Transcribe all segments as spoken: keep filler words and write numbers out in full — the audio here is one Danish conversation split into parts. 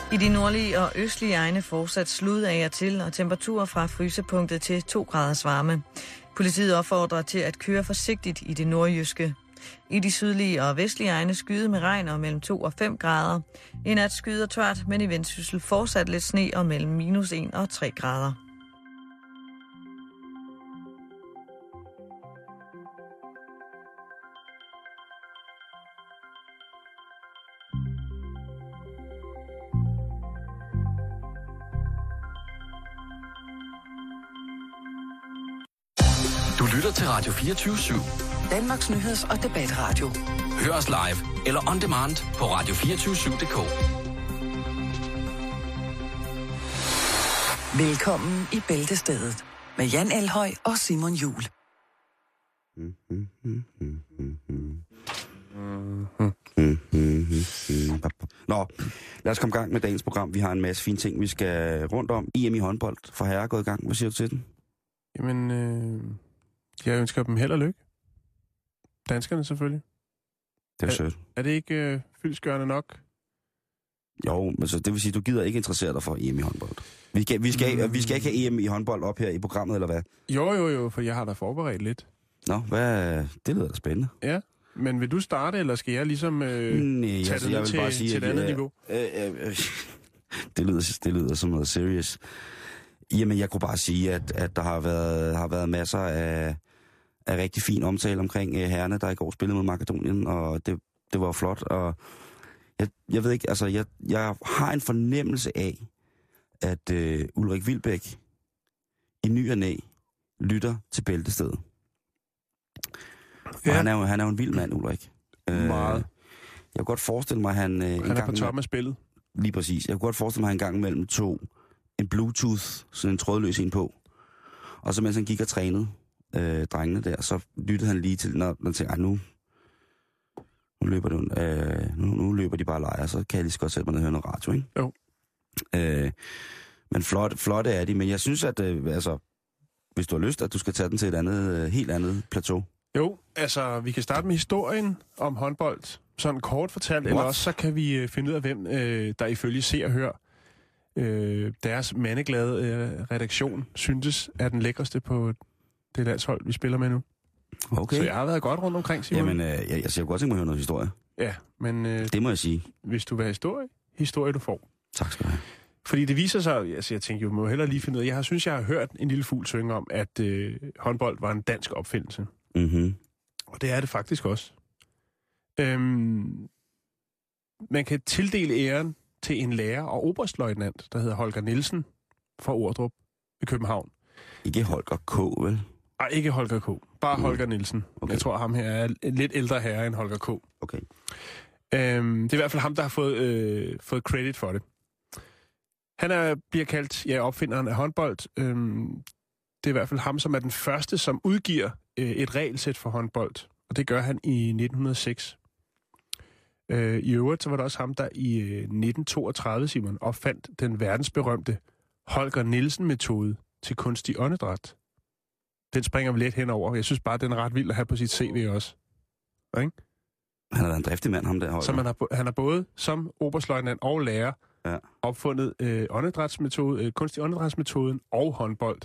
I de nordlige og østlige egne fortsat slud af og til, og temperaturer fra frysepunktet til to graders varme. Politiet opfordrer til at køre forsigtigt i det nordjyske. I de sydlige og vestlige egne skyde med regn og mellem to og fem grader. I nat skyder tørt, men i Vendsyssel fortsat lidt sne og mellem minus en og tre grader. Du lytter til Radio fireogtyve syv. Danmarks nyheds- og debatradio. Hør os live eller on demand på radio to fire syv punktum d k. Velkommen i Bæltestedet med Jan Elhøj og Simon Juhl. Nå, lad os komme i gang med dagens program. Vi har en masse fine ting, vi skal rundt om. E M i håndbold for herre er gået i gang. Hvad siger du til den? Jamen, øh, jeg ønsker dem held og lykke. Danskerne selvfølgelig. Det er, er sødt. Er det ikke øh, fyldestgørende nok? Jo, men så det vil sige, du gider ikke interessere dig for E M i håndbold. Vi skal, vi skal, mm. vi skal ikke have E M i håndbold op her i programmet, eller hvad? Jo, jo, jo, for jeg har da forberedt lidt. Nå, hvad? Det lyder da spændende. Ja, men vil du starte, eller skal jeg ligesom øh, Nej, tage altså, det jeg ned vil til, bare sige, til et at, andet øh, niveau? Øh, øh, øh, det, lyder, det lyder som noget serious. Jamen, jeg kunne bare sige, at, at der har været, har været masser af, af rigtig fin omtale omkring uh, herrerne, der i går spillede mod Makedonien, og det, det var flot. Og jeg, jeg ved ikke, altså, jeg, jeg har en fornemmelse af, at uh, Ulrik Wilbæk i ny og næ lytter til Bæltestedet. Ja. Og han er, jo, han er jo en vild mand, Ulrik. Meget. Uh, jeg kunne godt forestille mig, at han... Uh, han er på toppen af spillet. Lige præcis. Jeg kunne godt forestille mig, at han en gang imellem tog en Bluetooth, sådan en trådløs en på. Og så mens han gik og trænede øh, drengene der, så lyttede han lige til, når han tænkte, nu, nu, løber det, øh, nu, nu løber de bare lejre, så kan jeg lige så godt sætte mig ned og høre noget radio, ikke? Jo. Øh, men flot, flotte er de, men jeg synes, at øh, altså, hvis du har lyst, at du skal tage den til et andet, øh, helt andet plateau. Jo, altså, vi kan starte med historien om håndbold, sådan kort fortalt, What? Eller også så kan vi øh, finde ud af, hvem øh, der ifølge Se og Hør Øh, deres mandeglade øh, redaktion syntes er den lækreste på det landshold, vi spiller med nu. Okay. Så jeg har været godt rundt omkring, Simon. Jamen, øh, jeg, jeg siger godt tænke mig at høre noget historie. Ja, men... Øh, det må jeg sige. Hvis du vil have historie, historie du får. Tak skal du have. Fordi det viser sig, altså jeg tænker jo, må hellere lige finde ud af, jeg har, synes, jeg har hørt en lille fugl synge om, at øh, håndbold var en dansk opfindelse. Mhm. Og det er det faktisk også. Øhm, man kan tildele æren til en lærer og oberstløjtnant, der hedder Holger Nielsen fra Ordrup i København. Ikke Holger K, vel? Nej, ikke Holger K. Bare mm. Holger Nielsen. Okay. Jeg tror, ham her er en lidt ældre herre end Holger K. Okay. Øhm, det er i hvert fald ham, der har fået, øh, fået credit for det. Han er, bliver kaldt ja, opfinderen af håndbold. Øhm, det er i hvert fald ham, som er den første, som udgiver øh, et regelsæt for håndbold. Og det gør han i nitten hundrede og seks. Øh, I øvrigt så var det også ham, der i øh, nitten toogtredive, Simon, opfandt den verdensberømte Holger Nielsen-metode til kunstig åndedræt. Den springer vi lidt henover. Jeg synes bare, den er ret vild at have på sit C V også. Ikke? Han er da en driftig mand, ham der, Holger. Så man har, han har både som oberstløjtnant og lærer ja. opfundet øh, åndedrætsmetode, øh, kunstig åndedrætsmetoden og håndbold.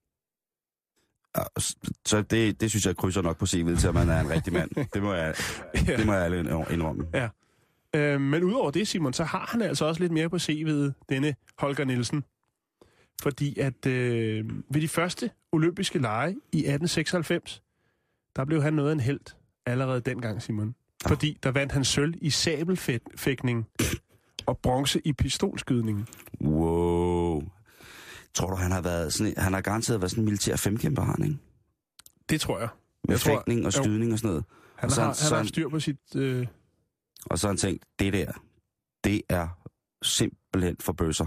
Ja, så det, det synes jeg krydser nok på C V'et til, at man er en rigtig mand. Det må jeg, ja. det må jeg indrømme. Ja. Øh, men udover det, Simon, så har han altså også lidt mere på C V'et, denne Holger Nielsen. Fordi at øh, ved de første olympiske lege i atten seksoghalvfems, der blev han noget af en helt allerede dengang, Simon. Ja. Fordi der vandt han sølv i sabelfægtning og bronze i pistolskydning. Wow. Tror du, han har været sådan, han har garanteret været sådan en militær femkæmper, han, ikke? Det tror jeg. Med jeg fægtning tror, og skydning jo. Og sådan noget. Han, og så, har, så, han har styr på sit... Øh... Og så har han tænkt, det der, det er simpelthen for bøsser.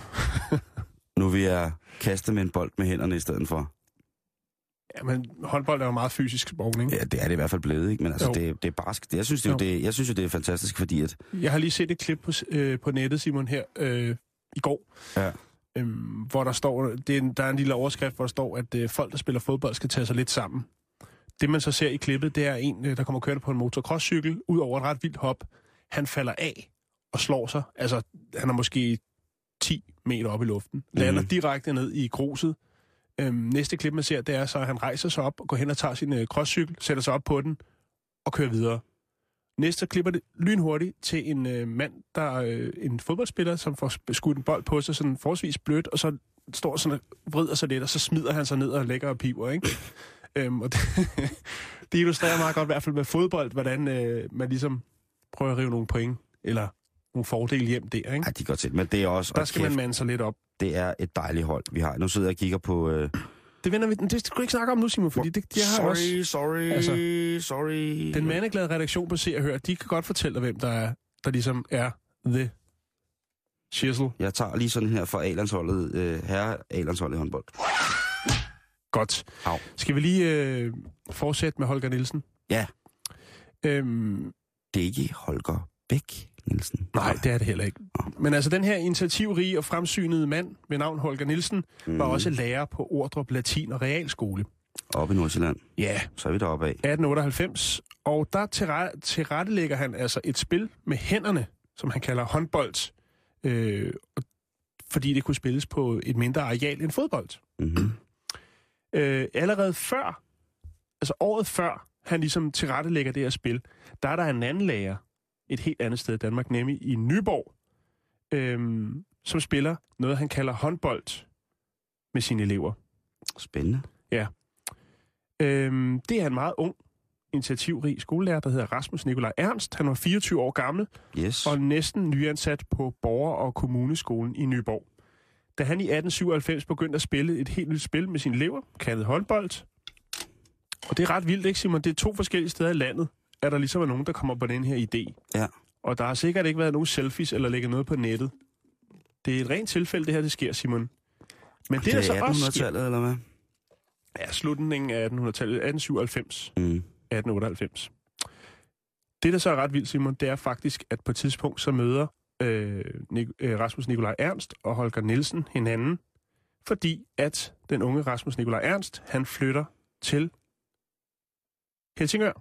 Nu vil jeg kaste med en bold med hænderne i stedet for. Ja, men håndbold er jo meget fysisk sport, ikke? Ja, det er det i hvert fald blevet, ikke? Men altså, det, det er barsk. Jeg synes, det, jo, det, jeg synes jo, det er fantastisk, fordi at... Jeg har lige set et klip på, øh, på nettet, Simon, her øh, i går. Ja. Øhm, hvor der står, det er en, der er en lille overskrift, hvor der står, at øh, folk, der spiller fodbold, skal tage sig lidt sammen. Det, man så ser i klippet, det er en, øh, der kommer kørende på en motocrosscykel, ud over et ret vildt hop. Han falder af og slår sig. Altså, han er måske ti meter op i luften. Lander mm-hmm. direkte ned i gruset. Øhm, næste klip, man ser, det er så, at han rejser sig op og går hen og tager sin øh, crosscykel, sætter sig op på den og kører videre. Næste klipper det lynhurtigt til en øh, mand, der er øh, en fodboldspiller, som får skudt en bold på sig, sådan forholdsvis blødt, og så står sådan og vrider sig lidt, og så smider han sig ned og lægger og piver, ikke? øhm, og det, det illustrerer meget godt, i hvert fald med fodbold, hvordan øh, man ligesom prøver at rive nogle point, eller nogle fordele hjem der, ikke? Ja, de går til, men det er også... Der skal kæft, man mande sig lidt op. Det er et dejligt hold, vi har. Nu sidder jeg og kigger på... Øh... Det vender vi... Det skal du ikke snakke om nu, Simon, fordi det, de har sorry, også... Sorry, altså, sorry, den mandeglade redaktion på Se og Hør, de kan godt fortælle dig, hvem der er, der ligesom er the shizzle. Jeg tager lige sådan her fra A-landsholdet, øh, herre A-landsholdet i håndbold. Godt. Au. Skal vi lige øh, fortsætte med Holger Nielsen? Ja. Øhm, det er ikke Holger Bæk Nielsen. Nej, det er det heller ikke. Men altså, den her initiativrige og fremsynede mand ved navn Holger Nielsen mm. var også lærer på Ordrup Latin- og Realskole. Oppe i Nordsjælland? Ja. Så er vi deroppe af. atten otteoghalvfems. Og der tilrettelægger han altså et spil med hænderne, som han kalder håndbold, øh, fordi det kunne spilles på et mindre areal end fodbold. Mm-hmm. Øh, allerede før, altså året før, han ligesom tilrettelægger det her spil, der er der en anden lærer, et helt andet sted i Danmark, nemlig i Nyborg, øhm, som spiller noget, han kalder håndbold med sine elever. Spændende. Ja. Øhm, det er en meget ung, initiativrig skolelærer, der hedder Rasmus Nikolaj Ernst. Han var fireogtyve år gammel, yes. og næsten nyansat på Borger- og Kommuneskolen i Nyborg. Da han i atten syvoghalvfems begyndte at spille et helt nyt spil med sine elever, kaldet håndbold. Og det er ret vildt, ikke Simon? Det er to forskellige steder i landet, at der ligesom er nogen, der kommer på den her idé. Ja. Og der har sikkert ikke været nogen selfies eller lægget noget på nettet. Det er et rent tilfælde, det her det sker, Simon. Men det, det er er så også attenhundredetallet, eller hvad? Ja, slutningen af attenhundredetallet, atten syvoghalvfems, mm. atten otteoghalvfems. Det, der så er ret vildt, Simon, det er faktisk, at på et tidspunkt så møder øh, Nik- øh, Rasmus Nikolaj Ernst og Holger Nielsen hinanden, fordi at den unge Rasmus Nikolaj Ernst, han flytter til Helsingør.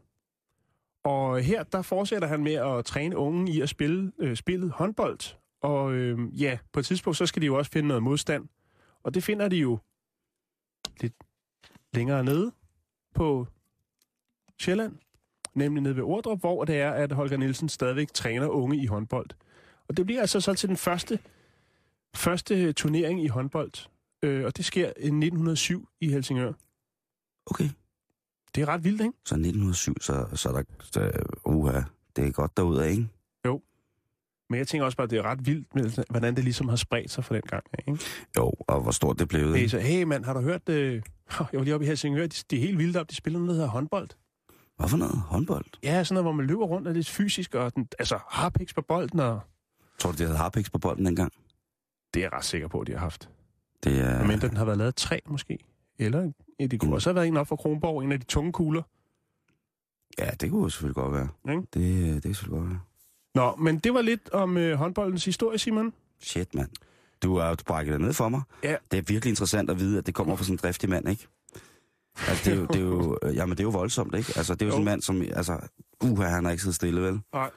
Og her, der fortsætter han med at træne unge i at spille øh, spillet håndbold. Og øh, ja, på et tidspunkt, så skal de jo også finde noget modstand. Og det finder de jo lidt længere nede på Sjælland, nemlig nede ved Ordrup, hvor det er, at Holger Nielsen stadigvæk træner unge i håndbold. Og det bliver altså så til den første, første turnering i håndbold. Øh, og det sker i nitten hundrede og syv i Helsingør. Okay. Det er ret vildt, ikke? Så nitten hundrede og syv, så, så er der... Så, uha, det er godt derude, ikke? Jo. Men jeg tænker også bare, at det er ret vildt, med, hvordan det ligesom har spredt sig fra den gang, ikke? Jo, og hvor stort det blev. Hey, så, hey mand, har du hørt... Øh... Jeg var lige oppe i Helsingør, de, de er helt vildt op, de spiller noget, der hedder håndbold. Hvad for noget? Håndbold? Ja, sådan noget, hvor man løber rundt og lidt fysisk, og den, altså harpiks på bolden, og... Tror du, de havde harpiks på bolden dengang? Det er jeg ret sikker på, at de har haft. Det er... Men den har været lavet tre, måske. Eller ja, det kunne mm. også have været en op fra Kronborg, en af de tunge kugler. Ja, det kunne selvfølgelig godt være. Mm. Det, det kan selvfølgelig godt være. Nå, men det var lidt om øh, håndboldens historie, Simon. Shit, mand. Du har du brækket det ned for mig. Ja. Det er virkelig interessant at vide, at det kommer fra sådan en driftig mand, ikke? Altså, det er jo, det er jo, jamen, det er jo voldsomt, ikke? Altså, det er jo, jo. sådan en mand, som... Altså, uha, han har ikke siddet stille, vel? Nej.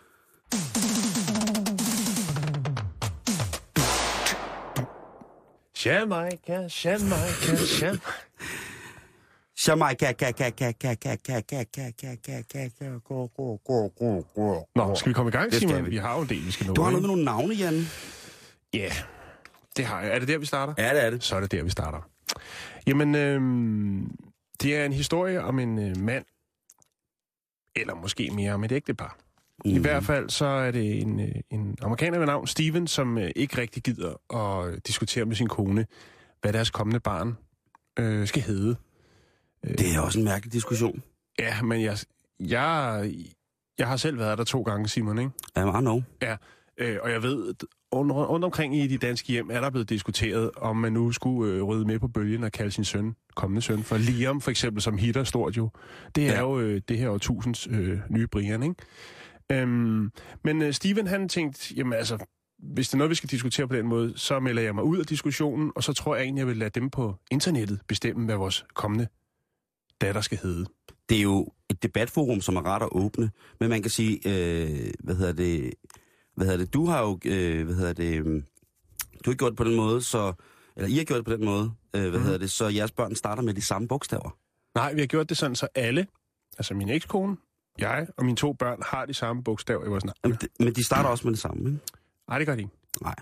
Jamaica, Jamaica, Jamaica. Jamaica, ka, ka, ka, ka, ka, ka, ka, ka, ka, ka, ka, ka, go, go, go, go, go. Nå, skal vi komme i gang, Simon? Vi. vi har jo en del, vi skal nå. Du har noget med nogle navne, Jan. Ja, yeah, det har jeg. Er det der, vi starter? Ja, det er det. Så er det der, vi starter. Jamen, øhm, det er en historie om en øh, mand, eller måske mere om et ægtepar. Mm. I hvert fald så er det en, en amerikaner ved navn Steven, som øh, ikke rigtig gider at diskutere med sin kone, hvad deres kommende barn øh, skal hedde. Det er også en mærkelig diskussion. Ja, men jeg, jeg, jeg har selv været der to gange, Simon, ikke? Ja, I know. Ja, øh, og jeg ved, rundt omkring i de danske hjem er der blevet diskuteret, om man nu skulle øh, rydde med på bølgen og kalde sin søn, kommende søn, for Liam for eksempel, som hitter stort jo. Det er ja. jo øh, det her årtusinds øh, nye Brian, ikke? Øhm, men øh, Steven, han tænkte, jamen altså, hvis det er noget, vi skal diskutere på den måde, så melder jeg mig ud af diskussionen, og så tror jeg egentlig, jeg vil lade dem på internettet bestemme, hvad vores kommende datter skal hedde. Det er jo et debatforum, som er ret at åbne, men man kan sige, øh, hvad hedder det, hvad hedder det, du har jo, øh, hvad hedder det, øh, du har gjort det på den måde, så, eller I har gjort det på den måde, øh, hvad mm. hedder det, så jeres børn starter med de samme bogstaver. Nej, vi har gjort det sådan, så alle, altså min ekskone, jeg og mine to børn, har de samme bogstaver i vores navn. Jamen, det, men de starter også med det samme, ikke? Nej, det gør de ikke. Nej.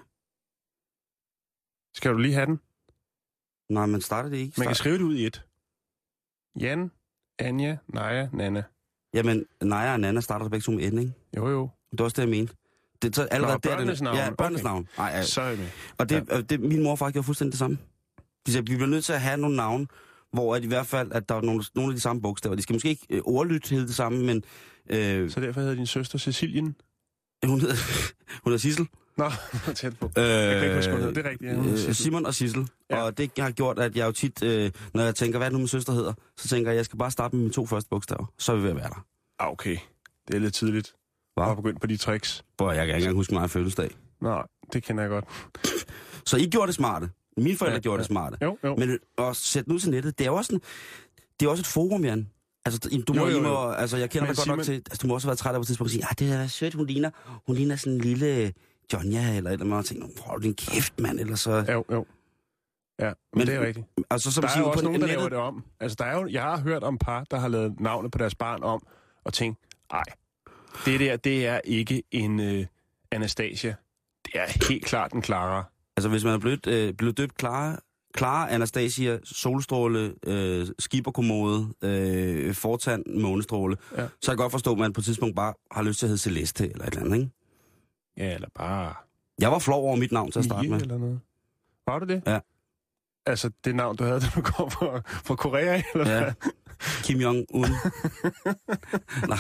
Skal du lige have den? Nej, man starter det ikke. Man kan skrive det ud i et. Jan, Anja, Naja, Nana. Jamen, Naja og Nana starter begge to med N, ikke? Jo, jo. Det var også det, jeg mente. Det, så allerede Nå, der, børnenes navn. Ja, børnenes okay. navn. Ej, ej. Så er jeg med. Og det, ja. det, min mor og far gjorde fuldstændig det samme. De sagde, vi bliver nødt til at have nogle navne, hvor at i hvert fald, at der er nogle, nogle af de samme bogstaver. De skal måske ikke øh, ordlytte helt det samme, men... Øh, så derfor hedder din søster Cecilien? Hun hedder, hun hedder Sissel. Nå, tæt på. Øh, jeg kan ikke huske, det er rigtigt. Ja, øh, Simon og Sissel. Ja. Og det har gjort, at jeg jo tit, øh, når jeg tænker, hvad er det nu min søster hedder, så tænker jeg, at jeg skal bare starte med mine to første bogstaver. Så er vi ved at være der. Ah, okay. Det er lidt tidligt. Bare begyndt på de tricks. Bro, jeg kan ikke engang huske mig fødselsdag. Nej, det kender jeg godt. Så I gjorde det smarte. Mine forældre ja, gjorde ja. det smarte. Jo, jo. Men at sætte nu til nettet, det er også, en, det er også et forum, Jan. Altså, du må, jo, jo, jo. Må, altså jeg kender dig godt nok til, altså, du må også være træt af på et tidspunkt og sige, ah, det er sødt, hun ligner, hun ligner sådan en lille Jonja, eller et eller andet, og tænker, hold din kæft, mand, eller så... Jo, jo. Ja, men, men det er rigtigt. Altså, som der er siger, jo også på nogen, der nettet... laver det om. Altså, der er jo, jeg har hørt om par, der har lavet navnet på deres barn om, og tænkt, ej, det der, det er ikke en øh, Anastasia. Det er helt klart en Clara. Altså, hvis man er blevet, øh, blevet døbt Clara, Clara, Anastasia, Solstråle, øh, Skiberkommode, øh, Fortand, Månestråle, ja. Så kan jeg godt forstå, at man på et tidspunkt bare har lyst til at hedde Celeste eller et eller andet, ikke? Ja, eller bare... Jeg var flov over mit navn til at starte med. Eller noget. Var du det? Ja. Altså, det navn, du havde, da du kom fra, fra Korea, eller ja. hvad? Kim Jong-un. Nej.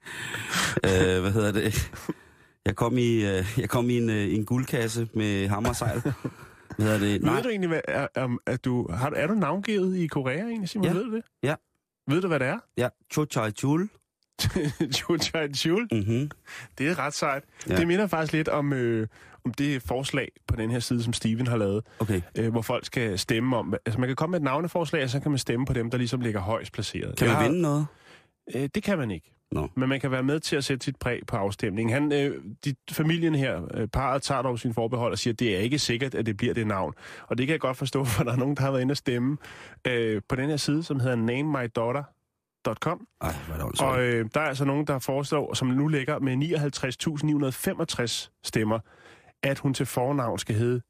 Øh, hvad hedder det? Jeg kom i, øh, jeg kom i en, øh, en guldkasse med hammer og sejl. Hvad hedder det? Nej. Ved du egentlig, hvad, er, er, er, du, har, er du navngivet i Korea egentlig, Simon? Ja. Ved du det? Ja. Ved du, hvad det er? Ja, Cho Chai Chul. Cho Chai Chul? Mhm. Det er ret sejt. Ja. Det minder faktisk lidt om, øh, om det forslag på den her side, som Steven har lavet. Okay. Øh, hvor folk skal stemme om... Altså, man kan komme med et navneforslag, og så kan man stemme på dem, der ligesom ligger højst placeret. Kan man har, vinde noget? Øh, det kan man ikke. No. Men man kan være med til at sætte sit præg på afstemningen. Han, øh, de, familien her, øh, parret, tager dog sin forbehold og siger, at det er ikke sikkert, at det bliver det navn. Og det kan jeg godt forstå, for der er nogen, der har været inde og stemme øh, på den her side, som hedder name my daughter punktum com. Ej, hvad er det og øh, der er altså nogen, der foreslår, som nu ligger med nioghalvtreds tusind ni hundrede femogtres stemmer, at hun til fornavn skal hedde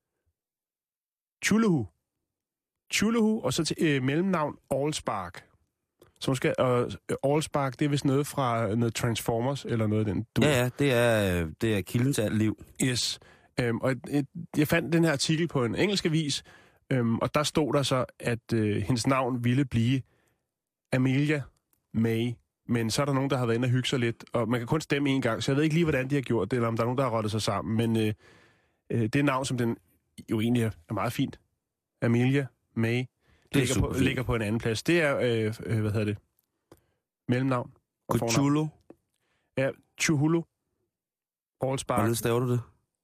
Chuluhu. Chuluhu, og så til øh, mellemnavn Allspark. Så skal, og Allspark, det er vist noget fra noget Transformers, eller noget af den. Du... Ja, ja, det er, det er kilden til alt liv. Yes. Øhm, og et, et, jeg fandt den her artikel på en engelsk avis, øhm, og der stod der så, at øh, hendes navn ville blive Amelia May. Men så er der nogen, der har været inde og hygge sig lidt, og man kan kun stemme en gang, så jeg ved ikke lige, hvordan de har gjort det, eller om der er nogen, der har rottet sig sammen. Men øh, øh, det er navn, som den jo egentlig er meget fint. Amelia May. Det ligger på, ligger på en anden plads. Det er, øh, øh, hvad hedder det? Mellemnavn. Cthulhu. Ja, Chuluhu. Allspark. Hvordan staver du det?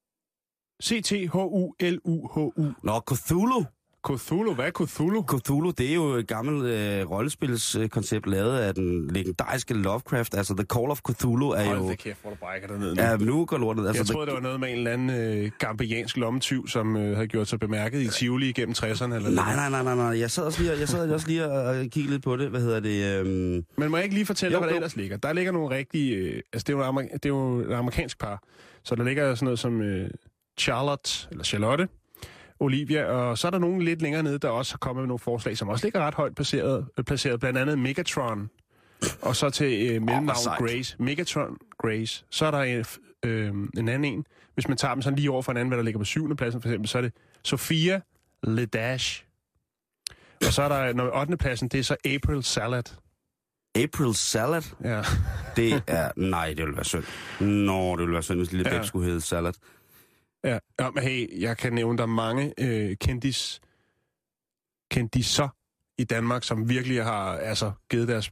C T H U L U H U. Nå, Cthulhu. Cthulhu? Hvad er Cthulhu? Cthulhu, det er jo et gammelt øh, rollespilskoncept lavet af den legendariske Lovecraft. Altså, The Call of Cthulhu er Hold jo... Hold da kæft, hvor du brækker dig ned nu. Ja, men nu går lortet. Altså, jeg troede, det var noget med en eller anden øh, gambiansk lommetyv, som øh, havde gjort sig bemærket i Tivoli gennem tresserne. Eller nej, nej, nej, nej, nej. Jeg sad også lige, jeg sad også lige og kiggede lidt på det. Hvad hedder det? Øhm... Men må jeg ikke lige fortælle jo, dig, hvad der jo. ellers ligger? Der ligger nogle rigtige... Øh, altså, det er, jo amer- det er jo et amerikansk par. Så der ligger sådan noget som øh, Charlotte, eller Charlotte, Olivia, og så er der nogen lidt længere nede, der også har kommet med nogle forslag, som også ligger ret højt placeret, placeret blandt andet Megatron, og så til øh, mellemnavn oh, Grace. Megatron Grace. Så er der en, øh, en anden en. Hvis man tager dem sådan lige over for en anden, hvad der ligger på syvende pladsen for eksempel, så er det Sophia Ledash. Og så er der, når ottende pladsen, det er så April Salad. April Salad? Ja. Det er... Nej, det vil være synd. Nå, det vil være synd, hvis lille ja. Bæk skulle hedde Salad. Ja, ja, men hey, jeg kan nævne der mange øh, kendis, kendiser i Danmark, som virkelig har altså givet deres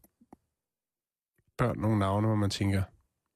børn nogle navne, hvor man tænker,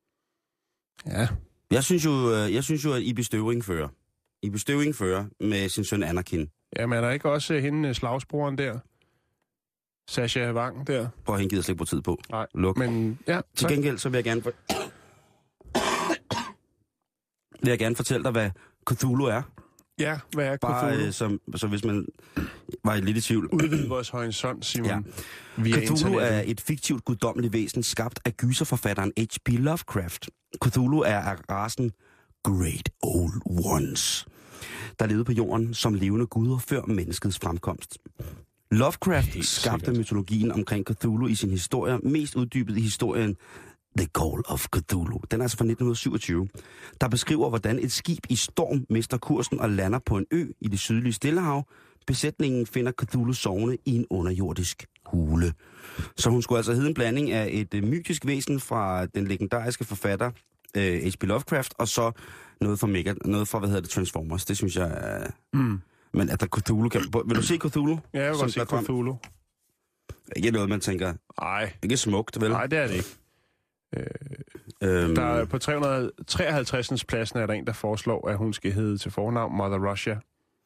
ja. Jeg synes jo, jeg synes jo at Ibi Støvring fører. Ibi Støvring fører med sin søn Anakin. Jamen er der ikke også hende slagsbroren der? Sasha Wang der? Prøv at hende gider slet ikke på tid på. Nej, Luk. men ja. Til gengæld så vil jeg gerne... vil jeg gerne fortælle dig, hvad Cthulhu er. Ja, hvad er Cthulhu? Bare, øh, som, så hvis man var lidt i tvivl. Udvid vores horisont, Simon. Ja. Cthulhu er et fiktivt guddommeligt væsen, skabt af gyserforfatteren H P Lovecraft. Cthulhu er af rasen Great Old Ones, der levede på jorden som levende guder før menneskets fremkomst. Lovecraft Helt skabte sikkert. mytologien omkring Cthulhu i sin historie, mest uddybet i historien The Call of Cthulhu. Den er altså fra nitten syvogtyve, der beskriver, hvordan et skib i storm mister kursen og lander på en ø i det sydlige Stillehav. Besætningen finder Cthulhu sovende i en underjordisk hule. Så hun skulle altså hedde en blanding af et uh, mytisk væsen fra den legendariske forfatter uh, H P Lovecraft, og så noget fra, Mega, noget fra hvad hedder det, Transformers. Det synes jeg... Uh... Mm. Men at der Cthulhu kan... Vil du se Cthulhu? Ja, jeg vil godt se Cthulhu. Ikke noget, man tænker... Nej. Ikke smukt, vel? Nej, det er det ikke. Øh, øhm, der er på tre hundrede og treoghalvtreds pladsen er der en, der foreslår, at hun skal hedde til fornavn Mother Russia.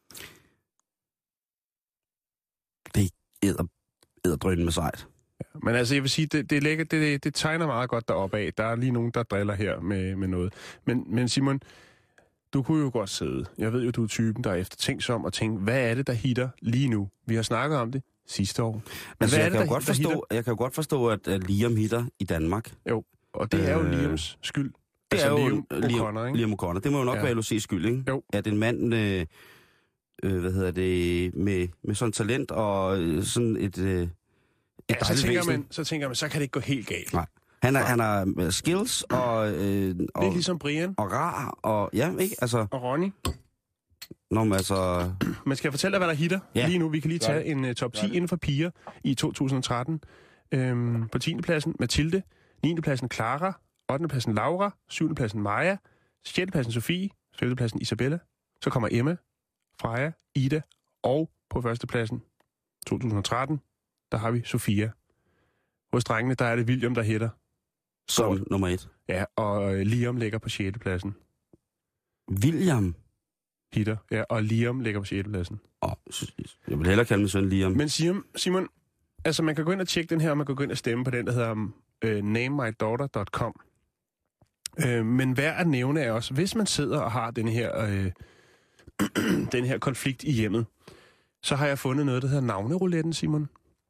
Det er ederdrønne med sejt. Ja, men altså, jeg vil sige, det, det, lægger, det, det tegner meget godt deroppe af. Der er lige nogen, der driller her med, med noget. Men, men Simon, du kunne jo godt sidde. Jeg ved jo, du er typen, der er eftertænksom og tænker, hvad er det, der hitter lige nu? Vi har snakket om det sidste år. Men altså, hvad jeg, er det, kan der, godt forstå, jeg kan jo godt forstå, at uh, Liam hitter i Danmark. Jo, og det er jo øh, Liams skyld. Det altså, er jo Liam O'Connor, ikke? Liam O'Connor. Det må jo nok ja. være L O C's skyld, ikke? Jo. At en mand, øh, øh, hvad hedder det, med, med sådan talent og øh, sådan et, øh, et ja, så tænker, man, så tænker man, så kan det ikke gå helt galt. Nej. Han, er, han har skills og... Øh, og det er ligesom Brian. Og rar, og ja, ikke? Altså... Og Ronny. Nå, men altså... Man skal fortælle dig, hvad der hitter ja. lige nu. Vi kan lige tage en uh, top ti inden for piger i to tusind og tretten. Øhm, på tiende pladsen Mathilde, niende pladsen Clara, ottende pladsen Laura, syvende pladsen Maja, sjette pladsen Sofie, femte pladsen Isabella. Så kommer Emma, Freja, Ida, og på første pladsen to tusind og tretten, der har vi Sofia. Hos drengene, der er det William, der hitter. Som så, nummer et. Ja, og Liam ligger på sjette pladsen. William? Hitter, ja, og Liam ligger på sjette pladsen. Oh, jeg vil hellere kalde mig sådan Liam. Men Simon, Simon, altså man kan gå ind og tjekke den her, og man kan gå ind og stemme på den, der hedder uh, name my daughter dot com. Uh, men værd at nævne er også, hvis man sidder og har den her, uh, den her konflikt i hjemmet, så har jeg fundet noget, der hedder navnerouletten, Simon.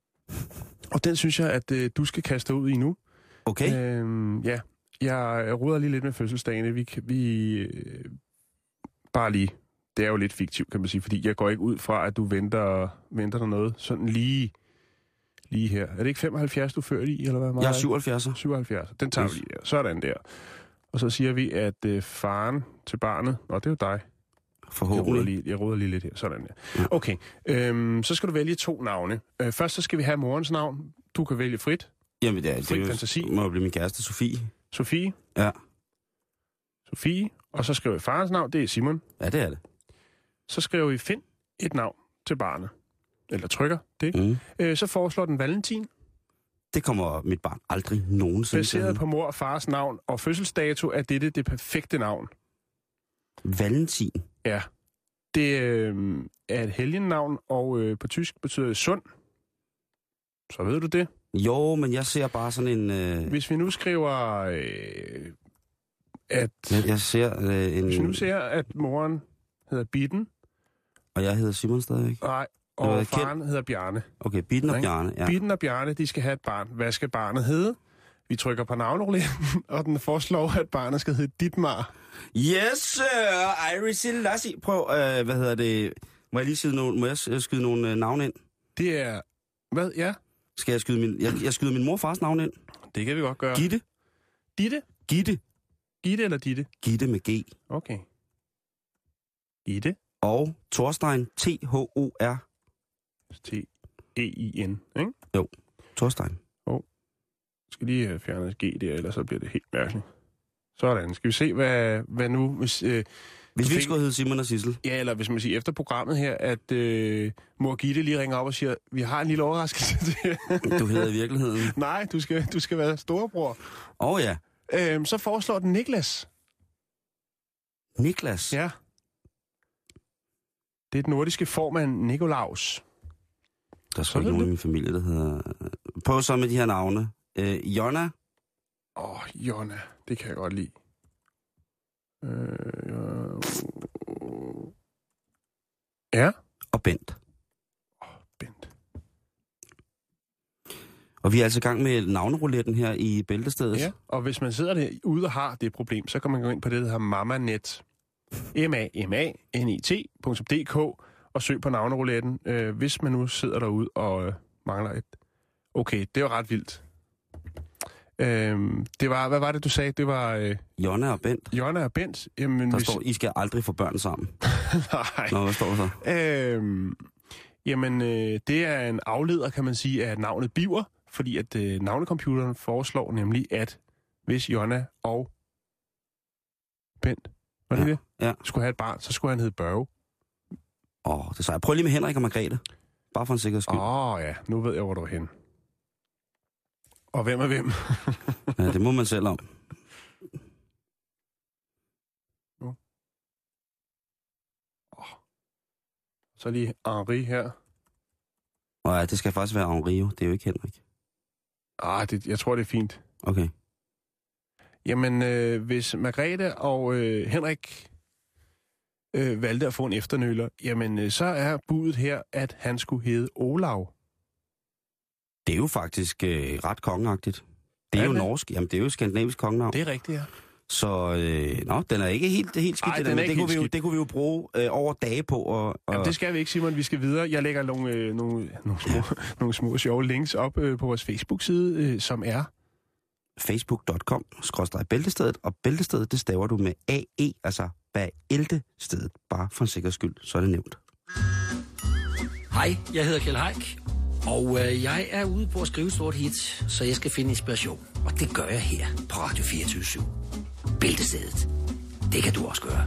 Og den synes jeg, at uh, du skal kaste ud i nu. Okay. Uh, ja, jeg ruder lige lidt med fødselsdagene. Vi, vi uh, bare lige... Det er jo lidt fiktivt, kan man sige, fordi jeg går ikke ud fra, at du venter, venter der noget sådan lige, lige her. Er det ikke femoghalvfjerds, du fører i, eller hvad? Meget? Jeg er syvoghalvfjerds. syvoghalvfjerds. Den tager yes. vi lige der. Sådan der. Og så siger vi, at øh, faren til barnet... Nå, det er jo dig. Forhåbentlig. Jeg ruder lige, jeg ruder lige lidt her. Sådan der. Okay. Øhm, så skal du vælge to navne. Øh, først så skal vi have morens navn. Du kan vælge frit. Jamen, det, er, frit det fantasi. må blive min kæreste, Sofie. Sofie? Ja. Sofie. Og så skriver vi farens navn. Det er Simon. Ja, det er det. Så skriver vi, find et navn til barnet. Eller trykker det. Mm. Øh, så foreslår den Valentin. Det kommer mit barn aldrig nogensinde. Baseret på mor og fars navn og fødselsdato er dette det perfekte navn. Valentin? Ja. Det øh, er et helgennavn, og øh, på tysk betyder det sund. Så ved du det. Jo, men jeg ser bare sådan en... Øh... Hvis vi nu skriver... Øh, at... Jeg, jeg ser øh, en... Hvis vi nu ser, at moren hedder Bitten. Og jeg hedder Simon stadigvæk? Nej, og Nå, faren kendt... hedder Bjarne. Okay, Bitten og Bjarne, ja. Bitten og Bjarne, de skal have et barn. Hvad skal barnet hedde? Vi trykker på navnerouletten, og den foreslår, at barnet skal hedde Dietmar. Yes, sir! Iris Lassie. Prøv, øh, hvad hedder det... Må jeg lige skyde nogle, må jeg skyde nogle øh, navne ind? Det er... Hvad? Ja? Skal jeg skyde min... Jeg, jeg skyder min mor og fars navn ind. Det kan vi godt gøre. Gitte. Ditte? Gitte. Gitte eller Ditte? Gitte med G. Okay. Gitte. Og Thorstein, T H O R. T E I N, ikke? Jo, Thorstein. Oh. Skal lige have fjernet G der, ellers så bliver det helt mærkeligt. Sådan. Skal vi se, hvad, hvad nu... Hvis, øh, hvis vi fik... skulle hedde Simon og Sissel. Ja, eller hvis man siger efter programmet her, at øh, mor Gitte lige ringer op og siger, vi har en lille overraskelse til Du hedder i virkeligheden. Nej, du skal, du skal være storebror. Åh oh, ja. Øhm, så foreslår den Niklas. Niklas? Ja. Det er den nordiske form af Nikolaus. Der er sgu ikke nogen i min familie, der hedder... Prøv så med de her navne. Øh, Jonna? Åh, oh, Jonna. Det kan jeg godt lide. Øh, ja. Og Bent. Åh, oh, Bent. Og vi er altså i gang med navnerouletten her i Bæltestedet. Ja, og hvis man sidder derude og har det problem, så kan man gå ind på det, der hedder MamaNet. M A M A N I T punktum D K og søg på navnerouletten, øh, hvis man nu sidder derude og øh, mangler et. Okay, det var ret vildt. Øh, det var, hvad var det, du sagde? Det var... Øh, Jonna og Bent. Jonna og Bent. Jamen, der hvis... står, I skal aldrig få børn sammen. Nej. Nå, hvad står der så? Øh, jamen, øh, det er en afleder, kan man sige, af navnet Biver, fordi at øh, navnecomputeren foreslår nemlig, at hvis Jonna og Bent, var det ja. det? Ja. Skulle have et barn, så skulle han hedde Børge. Åh, oh, det sagde jeg. Prøv lige med Henrik og Margrethe. Bare for en sikkerheds skyld. Åh oh, ja, nu ved jeg, hvor du er henne. Og hvem er hvem? Ja, det må man selv om. Nu. Oh. Så lige Henri her. Og ja, det skal faktisk være Henri, det er jo ikke Henrik. Ah, det, jeg tror, det er fint. Okay. Jamen, øh, hvis Margrethe og øh, Henrik øh, valgte at få en efternøler, jamen, øh, så er budet her, at han skulle hedde Olav. Det er jo faktisk øh, ret kongeagtigt. Det er, er jo det? Norsk. Jamen, det er jo skandinavisk kongenavn. Det er rigtigt, ja. Så, øh, nå, den er ikke helt, helt skidt. Ej, det, den der, er det, ikke kunne vi jo, skidt. det kunne vi jo bruge øh, over dage på. Og, og... Jamen, det skal vi ikke, Simon. Vi skal videre. Jeg lægger nogle, øh, nogle, nogle, små, nogle små sjove links op øh, på vores Facebook-side, øh, som er facebook punktum com skråstreg bæltestedet, og bæltestedet, det staver du med A E, altså bæltestedet, bare for en sikkerheds skyld, så er det nævnt. Hej, jeg hedder Kjeld Haik, og øh, jeg er ude på at skrive et stort hit, så jeg skal finde inspiration. Og det gør jeg her på Radio fireogtyve syv. Bæltestedet. Det kan du også gøre.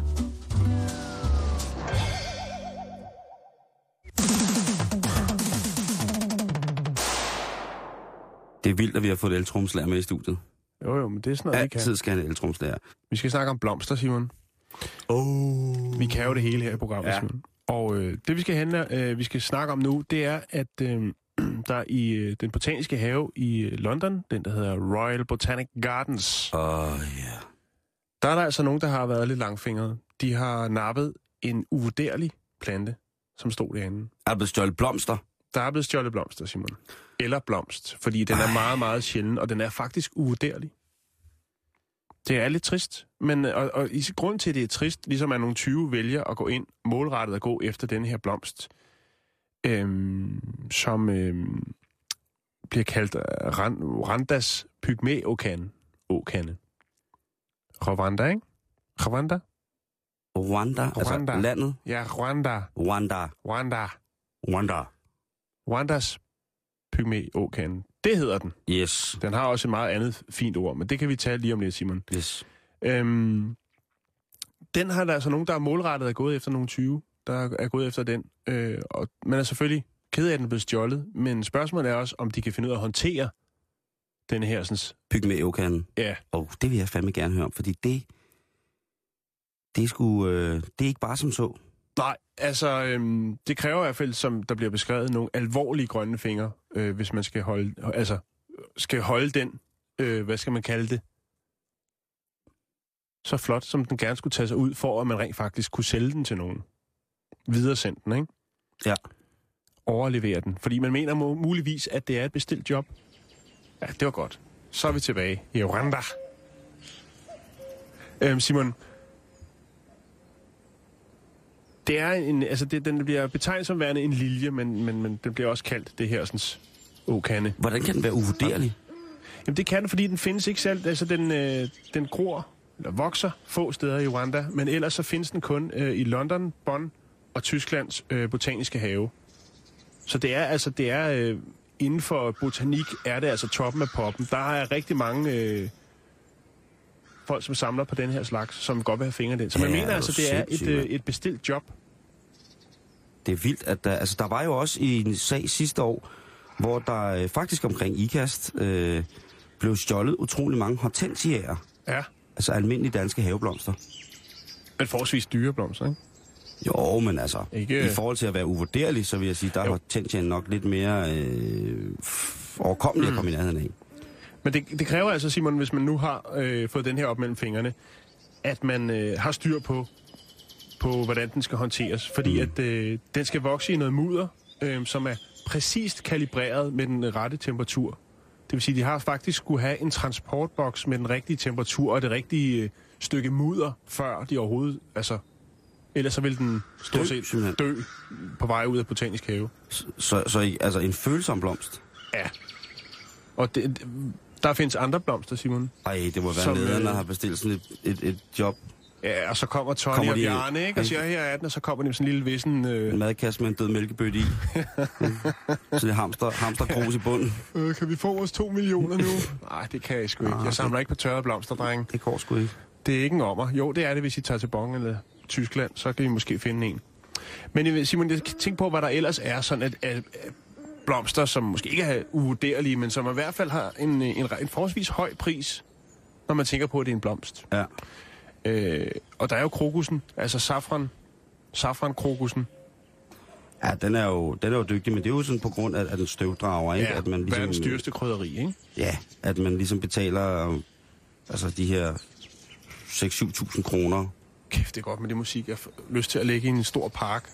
Det er vildt, at vi har fået et eltrumslager med i studiet. Jo, jo, men det er sådan noget, vi kan. Altid skal have en eltrumslager. Vi skal snakke om blomster, Simon. Oh. Vi kan jo det hele her i programmet, ja. Simon. Og øh, det, vi skal, handle, øh, vi skal snakke om nu, det er, at øh, der i øh, den botaniske have i øh, London, den der hedder Royal Botanic Gardens, Åh, oh, ja. Yeah. Der er der altså nogen, der har været lidt langfingrede. De har nappet en uvurderlig plante, som stod derinde. Er der blevet stjålet blomster? Der er blevet stjålet blomster, Simon. Eller blomst, fordi den Ej. er meget, meget sjælden, og den er faktisk uvurderlig. Det er lidt trist, men og, og i grund til, at det er trist, ligesom at nogle tyve vælger at gå ind målrettet og gå efter den her blomst, øhm, som øhm, bliver kaldt Rand, Randas pygmæokande. Okande. Rwanda, ikke? Rwanda? Rwanda, altså Rwanda. landet? Ja, Rwanda. Rwanda. Rwanda. Rwanda. Rwandas pygmæokande. Det hedder den. Yes. Den har også et meget andet fint ord, men det kan vi tage lige om lidt, Simon. Yes. Øhm, den har der altså nogen, der er målrettet er gået efter nogle tyve, der er gået efter den. Øh, og man er selvfølgelig ked af, at den er blevet stjålet, men spørgsmålet er også, om de kan finde ud af at håndtere denne her sådan... Pygmæokanden. Ja. Og det vil jeg fandme gerne høre om, fordi det... Det er sgu... Øh, det er ikke bare som så. Nej, altså, øhm, det kræver i hvert fald, som der bliver beskrevet, nogle alvorlige grønne fingre, øh, hvis man skal holde, altså, skal holde den, øh, hvad skal man kalde det, så flot, som den gerne skulle tage sig ud, for at man rent faktisk kunne sælge den til nogen. Videresende den, ikke? Ja. Overlevere den. Fordi man mener må, muligvis, at det er et bestilt job. Ja, det var godt. Så er vi tilbage i Rwanda. Øhm, Simon, det er en, altså det, den bliver betegnet som værende en lilje, men, men, men den bliver også kaldt det her sådan okande. Hvordan kan den være uvurderlig? Jamen det kan den, fordi den findes ikke selv. Altså den, øh, den gror, eller vokser få steder i Rwanda, men ellers så findes den kun øh, i London, Bonn og Tysklands øh, botaniske have. Så det er altså, det er øh, inden for botanik er det altså toppen af poppen. Der er rigtig mange øh, folk, som samler på den her slags, som godt vil have fingre i den. Så man ja, mener altså, det er et, øh, et bestilt job. Det er vildt, at der, altså der var jo også i en sag sidste år, hvor der øh, faktisk omkring IKAST øh, blev stjålet utrolig mange hortensiaer. Ja. Altså almindelige danske haveblomster. Men forholdsvis dyre blomster, ikke? Jo, men altså, ikke... i forhold til at være uvurderlig, så vil jeg sige, der er hortensiaen nok lidt mere øh, overkommelig mm. at komme i nærheden af. Men det, det kræver altså, Simon, hvis man nu har øh, fået den her op mellem fingrene, at man øh, har styr på, på, hvordan den skal håndteres. Fordi mm. at øh, den skal vokse i noget mudder, øh, som er præcist kalibreret med den rette temperatur. Det vil sige, at de har faktisk skulle have en transportboks med den rigtige temperatur og det rigtige øh, stykke mudder, før de overhovedet... Altså, ellers så vil den stort set dø, dø på vej ud af botanisk have. Så, så, så altså en følsom blomst? Ja. Og det, der findes andre blomster, Simon. Ej, det må være nederen, der har bestilt sådan et, et, et job. Ja, og så kommer Tony kommer og Bjarne, ikke? Og siger, her er den, og så kommer de med sådan en lille vissen... Øh... En madkasse med en død mælkebøtte i. Så det hamster, hamstergrus i bunden. Øh, kan vi få vores to millioner nu? Nej, det kan jeg sgu ikke. Jeg samler ikke på tørrede blomster, drenge. Det går sgu ikke. Det er ikke en ommer. Jo, det er det, hvis I tager til Bonn eller Tyskland. Så kan I måske finde en. Men Simon, jeg tænker på, hvad der ellers er sådan at, at, at blomster, som måske ikke er uvurderlige, men som i hvert fald har en, en, en forholdsvis høj pris, når man tænker på, at det er en blomst. Ja. Øh, og der er jo krokussen, altså safran, safran-krokussen. Ja, den er, jo, den er jo dygtig, men det er jo sådan på grund af, af den støvdrager, ikke? Ja, at man ligesom, verdens dyreste krydderi, ikke? Ja, at man ligesom betaler altså de her seks til syv tusind kroner. Kæft, det er godt med det musik. Jeg har lyst til at lægge i en stor park.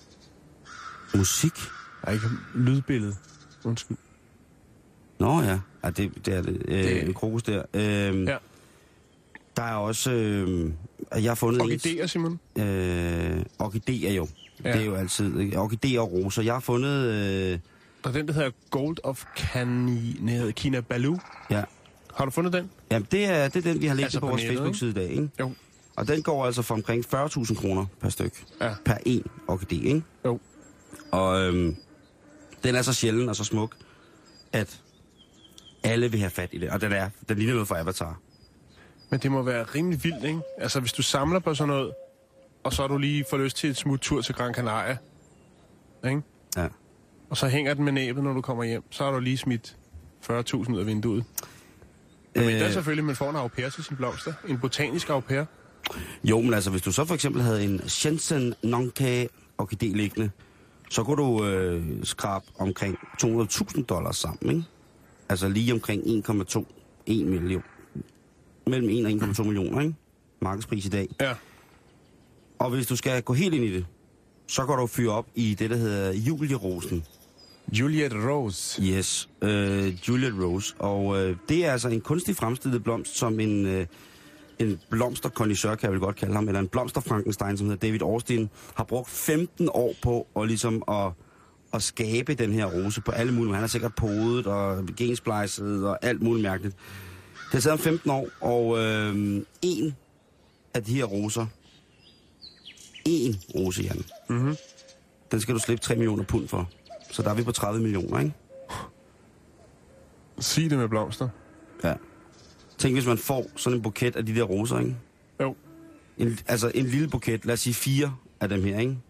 Musik? Nej, ikke lydbillede. Undskyld. Nå ja, ja det, det er det. Øh, det... En krokus der. Øh, ja. Der er også... Øh, jeg har fundet... Orkideer, Simon? Øh, orkideer jo. Ja. Det er jo altid... Orkideer og roser. Jeg har fundet... Øh, der er den, der hedder Gold of Cani, Kinabalu. Ja. Har du fundet den? Jamen, det er, det er den, vi har lægget altså på, på vores Facebook-side i dag, ikke? Jo. Og den går altså for omkring fyrre tusind kroner per styk. Ja. Per en orkidé, ikke? Jo. Og øhm, den er så sjælden og så smuk, at alle vil have fat i det. Og den er, den ligner noget for Avatar. Men det må være rimelig vildt, ikke? Altså, hvis du samler på sådan noget, og så har du lige får lyst til et smut tur til Gran Canaria, ikke? Ja. Og så hænger den med næbet, når du kommer hjem. Så har du lige smidt fyrre tusind ud af vinduet. Men øh, der er selvfølgelig, man får en au pair til sin blomster. En botanisk au pair. Jo, men altså, hvis du så for eksempel havde en Shenzhen Nongke orkidé liggende, så kunne du øh, skrabe omkring to hundrede tusind dollars sammen, ikke? Altså lige omkring en komma to en million. Mellem en og en komma to millioner, ikke? Markedspris i dag. Ja. Og hvis du skal gå helt ind i det, så går du fyre op i det, der hedder Julierosen. Juliet Rose. Yes, øh, Juliet Rose. Og øh, det er altså en kunstig fremstillet blomst, som en, øh, en blomsterkondisør, kan jeg vel godt kalde ham, eller en blomsterfrankenstein, som hedder David Austin, har brugt femten år på at, ligesom at, at skabe den her rose på alle mulige. Han har sikkert podet og gensplejset og alt muligt mærkeligt. Det har taget om femten år, og øh, en af de her roser, en rose, Jan, mm-hmm. den skal du slippe tre millioner pund for. Så der er vi på tredive millioner, ikke? Sig det med blomster. Ja. Tænk, hvis man får sådan en buket af de der roser, ikke? Jo. En, altså en lille buket, lad os sige fire af dem her, ikke?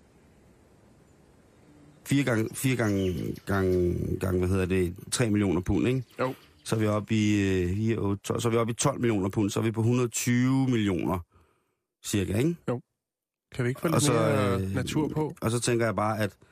Fire gange, fire gange, gange, gange hvad hedder det, tre millioner pund, ikke? Jo. Så er vi oppe i, uh, så er vi oppe i tolv millioner pund, så er vi på et hundrede og tyve millioner, cirka, ikke? Jo. Kan vi ikke få lidt så, mere øh, natur på? Og så tænker jeg bare, at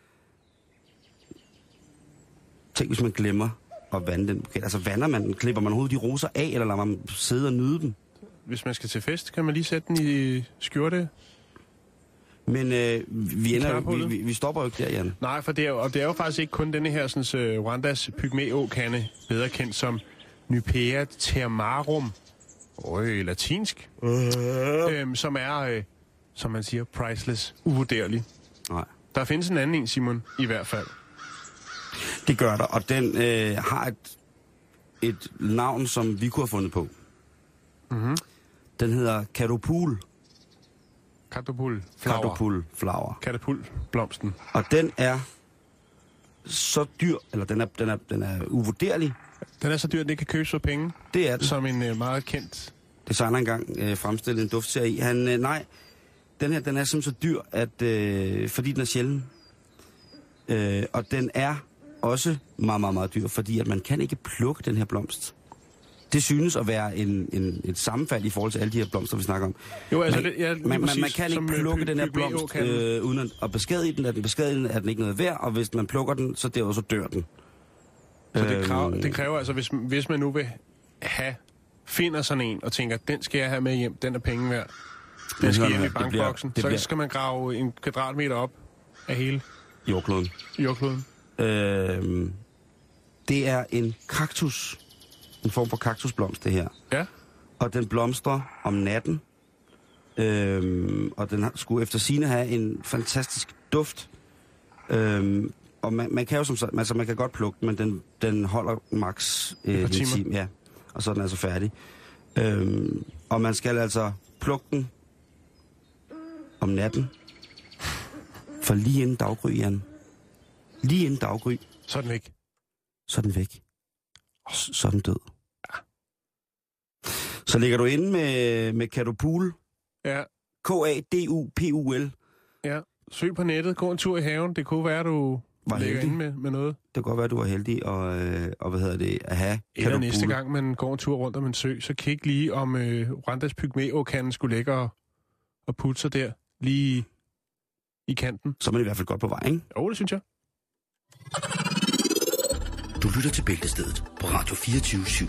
tænk, hvis man glemmer at vande den buket. Altså vander man den, klipper man hovedet de roser af, eller lader man sidde og nyde dem? Hvis man skal til fest, kan man lige sætte den i skjorte. Men øh, vi, ender, vi, vi, vi stopper jo ikke der, Jan. Nej, for det er jo, og det er jo faktisk ikke kun denne her sådan, uh, Rwandas pygmæåkande, bedre kendt som Nypea termarum, øj, latinsk, uh. øhm, som er, øh, som man siger, priceless, uvurderlig. Nej. Der findes en anden en, Simon, i hvert fald. Det gør der, og den øh, har et, et navn, som vi kunne have fundet på. Mm-hmm. Den hedder Katopul. Katopul flower. Katopul flower. Katopul blomsten. Og den er så dyr, eller den er, den er, den er uvurderlig. Den er så dyr, at den ikke kan købes for penge. Det er den. Som en øh, meget kendt designer engang øh, fremstillet en duftserie i. Han, øh, nej, den her, den er simpelthen så dyr, at øh, fordi den er sjælden. Øh, og den er også meget, meget, meget dyr, fordi at man kan ikke plukke den her blomst. Det synes at være en, en, et sammenfald i forhold til alle de her blomster, vi snakker om. Jo, altså, man, det, ja, man, man, man kan ikke plukke py- den her blomst øh, uden at, at beskadige den. Er den beskadiget, er den ikke noget værd, og hvis man plukker den, så, der, så dør den. Så det kræver, det kræver altså, hvis, hvis man nu vil have finder sådan en og tænker, den skal jeg have med hjem, den er penge værd. Den skal hjem i bankboksen. Så bliver... skal man grave en kvadratmeter op af hele jordkloden. jordkloden. Øh, det er en kaktus. En form for kaktusblomst, det her. Ja. Og den blomstrer om natten. Øh, og den skulle efter sigende have en fantastisk duft. Øh, og man, man kan jo som sagt, altså man kan godt plukke den, men den, den holder max øh, en time. Ja, og så er den altså færdig. Øh, og man skal altså plukke den om natten. For lige inden daggry, Jan. Lige inden daggry. Så er den væk. Så er den væk. Og så er den død. Ja. Så ligger du inde med, med Kadupul. Ja. K A D U P U L. Ja. Søg på nettet. Gå en tur i haven. Det kunne være, du var ligger inde med, med noget. Det kan godt være, du var heldig og, øh, og hvad hedder det, at have Eller Kadupul. Næste gang, man går en tur rundt om en sø, så kig lige om øh, Randers Pygmæo-kanden skulle ligge og, og putte sig der. Lige i kanten. Så er man i hvert fald godt på vej, ikke? Jo, det synes jeg. Du lytter til Bæltestedet på Radio fireogtyve syv.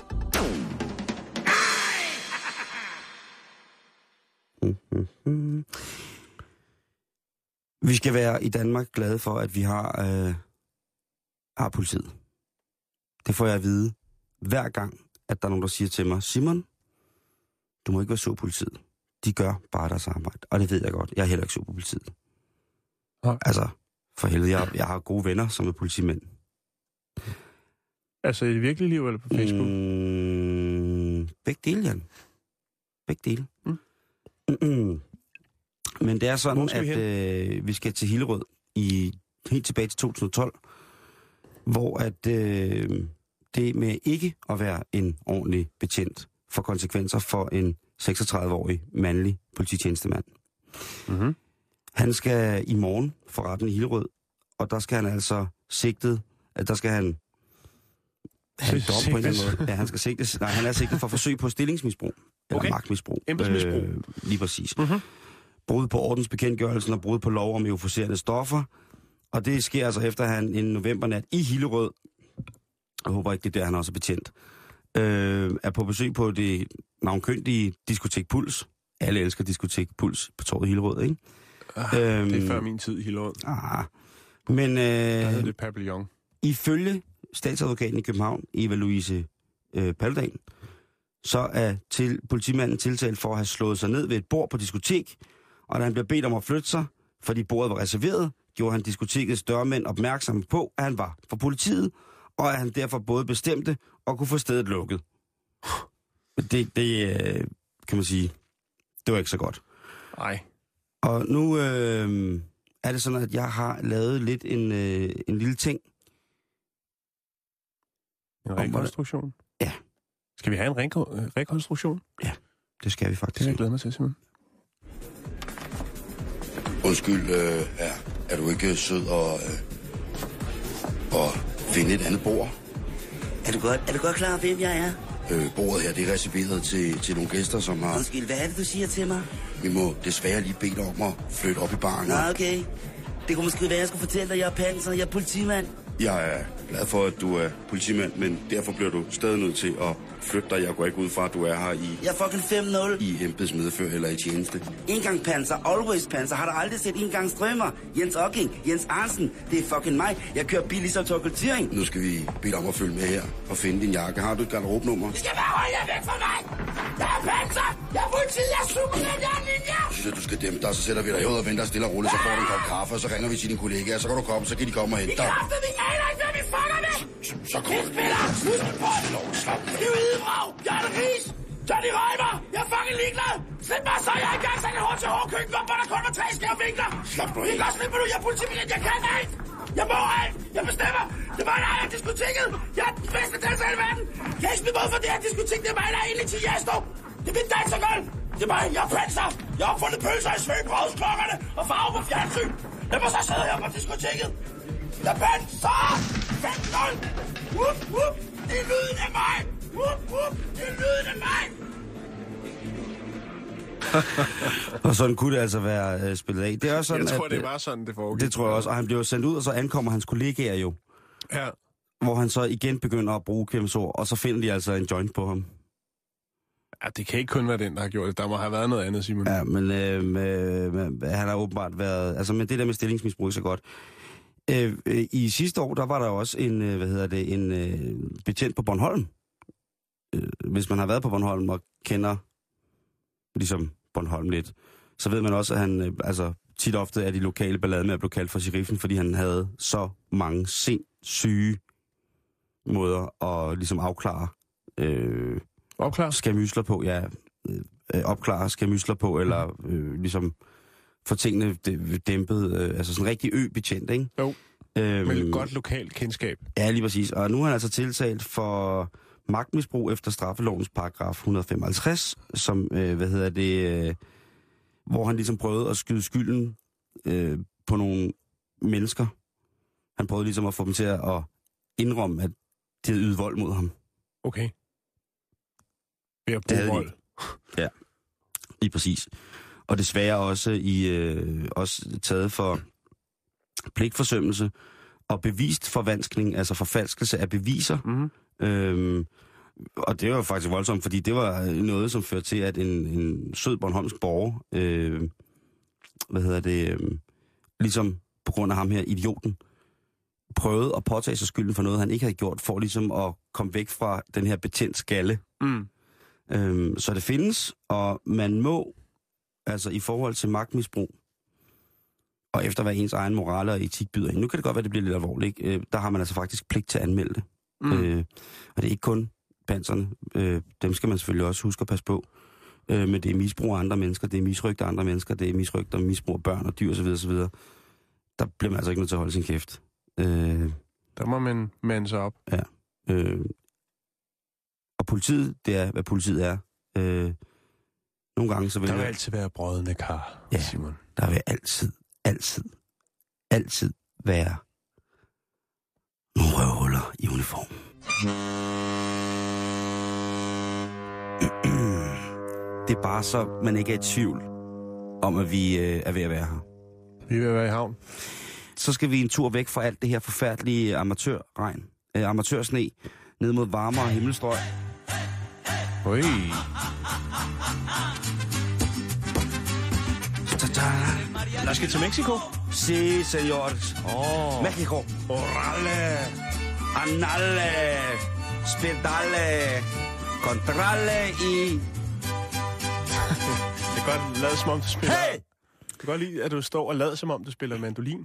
Mm-hmm. Vi skal være i Danmark glade for, at vi har, øh, har politiet. Det får jeg at vide hver gang, at der er nogen, der siger til mig, Simon, du må ikke være sur på politiet. De gør bare deres arbejde. Og det ved jeg godt. Jeg er heller ikke sur på politiet. Okay. Altså, for helvede, jeg, jeg har gode venner, som er politimænd. Altså i det virkelige liv eller på Facebook? Mm, begge dele, Jan. Begge dele. Mm. Mm-mm. Men det er sådan, at vi, øh, vi skal til Hillerød i helt tilbage til to tusind og tolv, hvor at øh, det med ikke at være en ordentlig betjent får konsekvenser for en seksogtredive-årig mandlig polititjenestemand. Mm-hmm. Han skal i morgen for retten i Hillerød, og der skal han altså sigtet, at der skal han have en dom på en eller anden måde. Ja, han skal sigtes. Nej, han er sigtet for forsøg på stillingsmisbrug. Eller okay. magtmisbrug. Embedsmisbrug. Øh, lige præcis. Mm-hmm. Brud på ordensbekendtgørelsen og brud på lov om euforiserende stoffer. Og det sker altså efter, at han en novembernat i Hillerød, jeg håber ikke, det er der, han også er betjent, øh, er på besøg på det navnkyndige Diskotek Puls. Alle elsker Diskotek Puls på torvet i Hillerød, ikke? Ah, øhm, det er før min tid i Hillerød. Ah, men øh, der hedder det Pavillon. Ifølge statsadvokaten i København, Eva Louise øh, Paludan, så er til, politimanden tiltalt for at have slået sig ned ved et bord på diskotek, og da han blev bedt om at flytte sig, fordi bordet var reserveret, gjorde han diskotekets dørmænd opmærksom på, at han var fra politiet, og at han derfor både bestemte og kunne få stedet lukket. Det, det øh, kan man sige, det var ikke så godt. Nej. Og nu øh, er det sådan, at jeg har lavet lidt en, øh, en lille ting. En rekonstruktion? Ja. Skal vi have en re- rekonstruktion? Ja, det skal vi faktisk. Det vil jeg glæde mig til, Simon. Undskyld, øh, er, er du ikke sød og, øh, og finde et andet bord? Er du godt, er du godt klar over, hvem jeg er? Øh, bordet her, det er reserveret til, til nogle gæster, som har... Undskyld, hvad er det, du siger til mig? Vi må desværre lige bede dig om at flytte op i baren. Nå, okay. Det kunne måske være, at jeg skulle fortælle dig, at jeg er panser, jeg er politimand. Jeg er glad for, at du er politimand, men derfor bliver du stadig nødt til at flytte dig. Jeg går ikke ud fra, at du er her i... Jeg er fucking fem nul. I embedsmedfør eller i tjeneste. Engang panser, always panser. Har du aldrig set engang strømmer? Jens Ocking, Jens Arnsen. Det er fucking mig. Jeg kører bil som Torkel Thierry. Nu skal vi bede dig om at følge med her og finde din jakke. Har du et garderobenummer? Det skal bare holde jer væk fra mig! Jeg er panser! Jeg er politiet! Jeg er superman! Jeg er ninja! Jeg synes, at du skal dæmpe dig, så sætter vi dig ud og venter stille og roligt. Så får du en kop kaffe, og så ringer vi til dine kollegaer. Så kan du komme, så kan de komme og hente dig. I kraftet, vi aner ikke, hvad vi fucker med! Så kommer du. Spiller! Husk på det! Skriv Idebrav! Jeg er en ris! Johnny Reimer! Jeg er fucking ligeglad! Slip mig så, jeg er i gang sat et hår til hårkøkken op, hvor der kun var tre skæve vinkler! Slap nu helt! Slip mig nu, jeg er politimand, jeg kan alt! Jeg må alt! Jeg bestemmer! Det er mig, der ejer diskoteket! Jeg er den bedste deltager i verden! Jeg er ikke smidt for det her diskotek, det er mig, der er inde i Tiesto! Det er mit dansergulv! Det er mig, jeg er panser! Jeg har opfundet pølser i svøb, rådsklokkerne og farve på fjernsyn! Lad mig så sidde her på diskoteket! Jeg er panser! fem nul! Whoop, whoop! Det er lyden af mig! Whoop, whoop! Det er lyden af mig! Og sådan kunne det altså være øh, spillet af. Det er også sådan, jeg tror, at, det var sådan, det foregik. Det tror jeg også, og han bliver sendt ud, og så ankommer hans kollegaer jo. Ja. Hvor han så igen begynder at bruge kæmsord, og så finder de altså en joint på ham. Ja, det kan ikke kun være den, der har gjort det. Der må have været noget andet, Simon. Ja, men øh, med, med, han har åbenbart været... Altså, men det der med stillingsmisbrug er så godt. Øh, øh, I sidste år, der var der også en, øh, hvad hedder det, en øh, betjent på Bornholm. Øh, hvis man har været på Bornholm og kender ligesom Bornholm lidt, så ved man også, at han øh, altså, tit ofte er de lokale ballade med at blive kaldt for sheriffen, fordi han havde så mange sindssyge måder at ligesom afklare... Øh, Opklare? Skamysler på, ja. Øh, opklare skamysler på, eller øh, ligesom få tingene dæmpet. Øh, altså sådan en rigtig ø-betjent, ikke? Jo, øhm, med et godt lokalt kendskab. Ja, lige præcis. Og nu er han altså tiltalt for magtmisbrug efter straffelovens paragraf et hundrede femoghalvtreds, som, øh, hvad hedder det, øh, hvor han ligesom prøvede at skyde skylden øh, på nogle mennesker. Han prøvede ligesom at få dem til at indrømme, at de havde ydet vold mod ham. Okay. Ved at bruge vold. Ja, lige præcis. Og desværre også, i, øh, også taget for pligtforsømmelse og bevist forvanskning, altså forfalskelse af beviser. Mm-hmm. Øhm, og det var jo faktisk voldsomt, fordi det var noget, som førte til, at en, en sød bornholmsk borger, øh, hvad hedder det, øh, ligesom på grund af ham her, idioten, prøvede at påtage sig skylden for noget, han ikke havde gjort, for ligesom at komme væk fra den her betjent skalle. Mm. Øhm, så det findes, og man må, altså i forhold til magtmisbrug, og efter hvad ens egen moral og etik byder ind, nu kan det godt være, at det bliver lidt alvorligt, ikke? Øh, der har man altså faktisk pligt til at anmelde det. Mm. Øh, og det er ikke kun panserne, øh, dem skal man selvfølgelig også huske at passe på, øh, men det er misbrug af andre mennesker, det er misrøgt af andre mennesker, det er misrøgt og misbrug af børn og dyr osv. osv. Der bliver man altså ikke nødt til at holde sin kæft. Øh, der må man mande sig op. Ja. Øh, Og politiet, det er, hvad politiet er. Øh, nogle gange så vil der vil jeg... altid være brødende kar, ja, Simon. Der vil altid, altid, altid være nogle røvhuller i uniform. Det er bare så, man ikke er i tvivl om, at vi øh, er ved at være her. Vi er ved at være i havn. Så skal vi en tur væk fra alt det her forfærdelige amatørregn, øh, amatørsne, ned mod varmere himmelstrøg. Oj. Der skal til Mexico. Sí, señor. Oh. Mexico. Orale. Anale. Spedale. Contrale i... Det er godt lade som om, du spiller... Hey! Det er godt lide, at du står og lader som om, du spiller mandolin.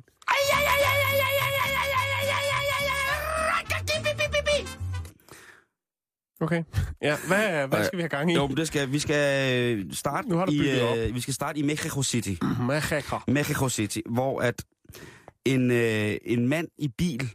Okay. Ja, hvad, hvad skal vi have gang i? Jo, men det skal, vi skal starte nu har du i, op. øh, vi skal starte i Mexico City. Mexico. Mexico City, hvor at en, øh, en mand i bil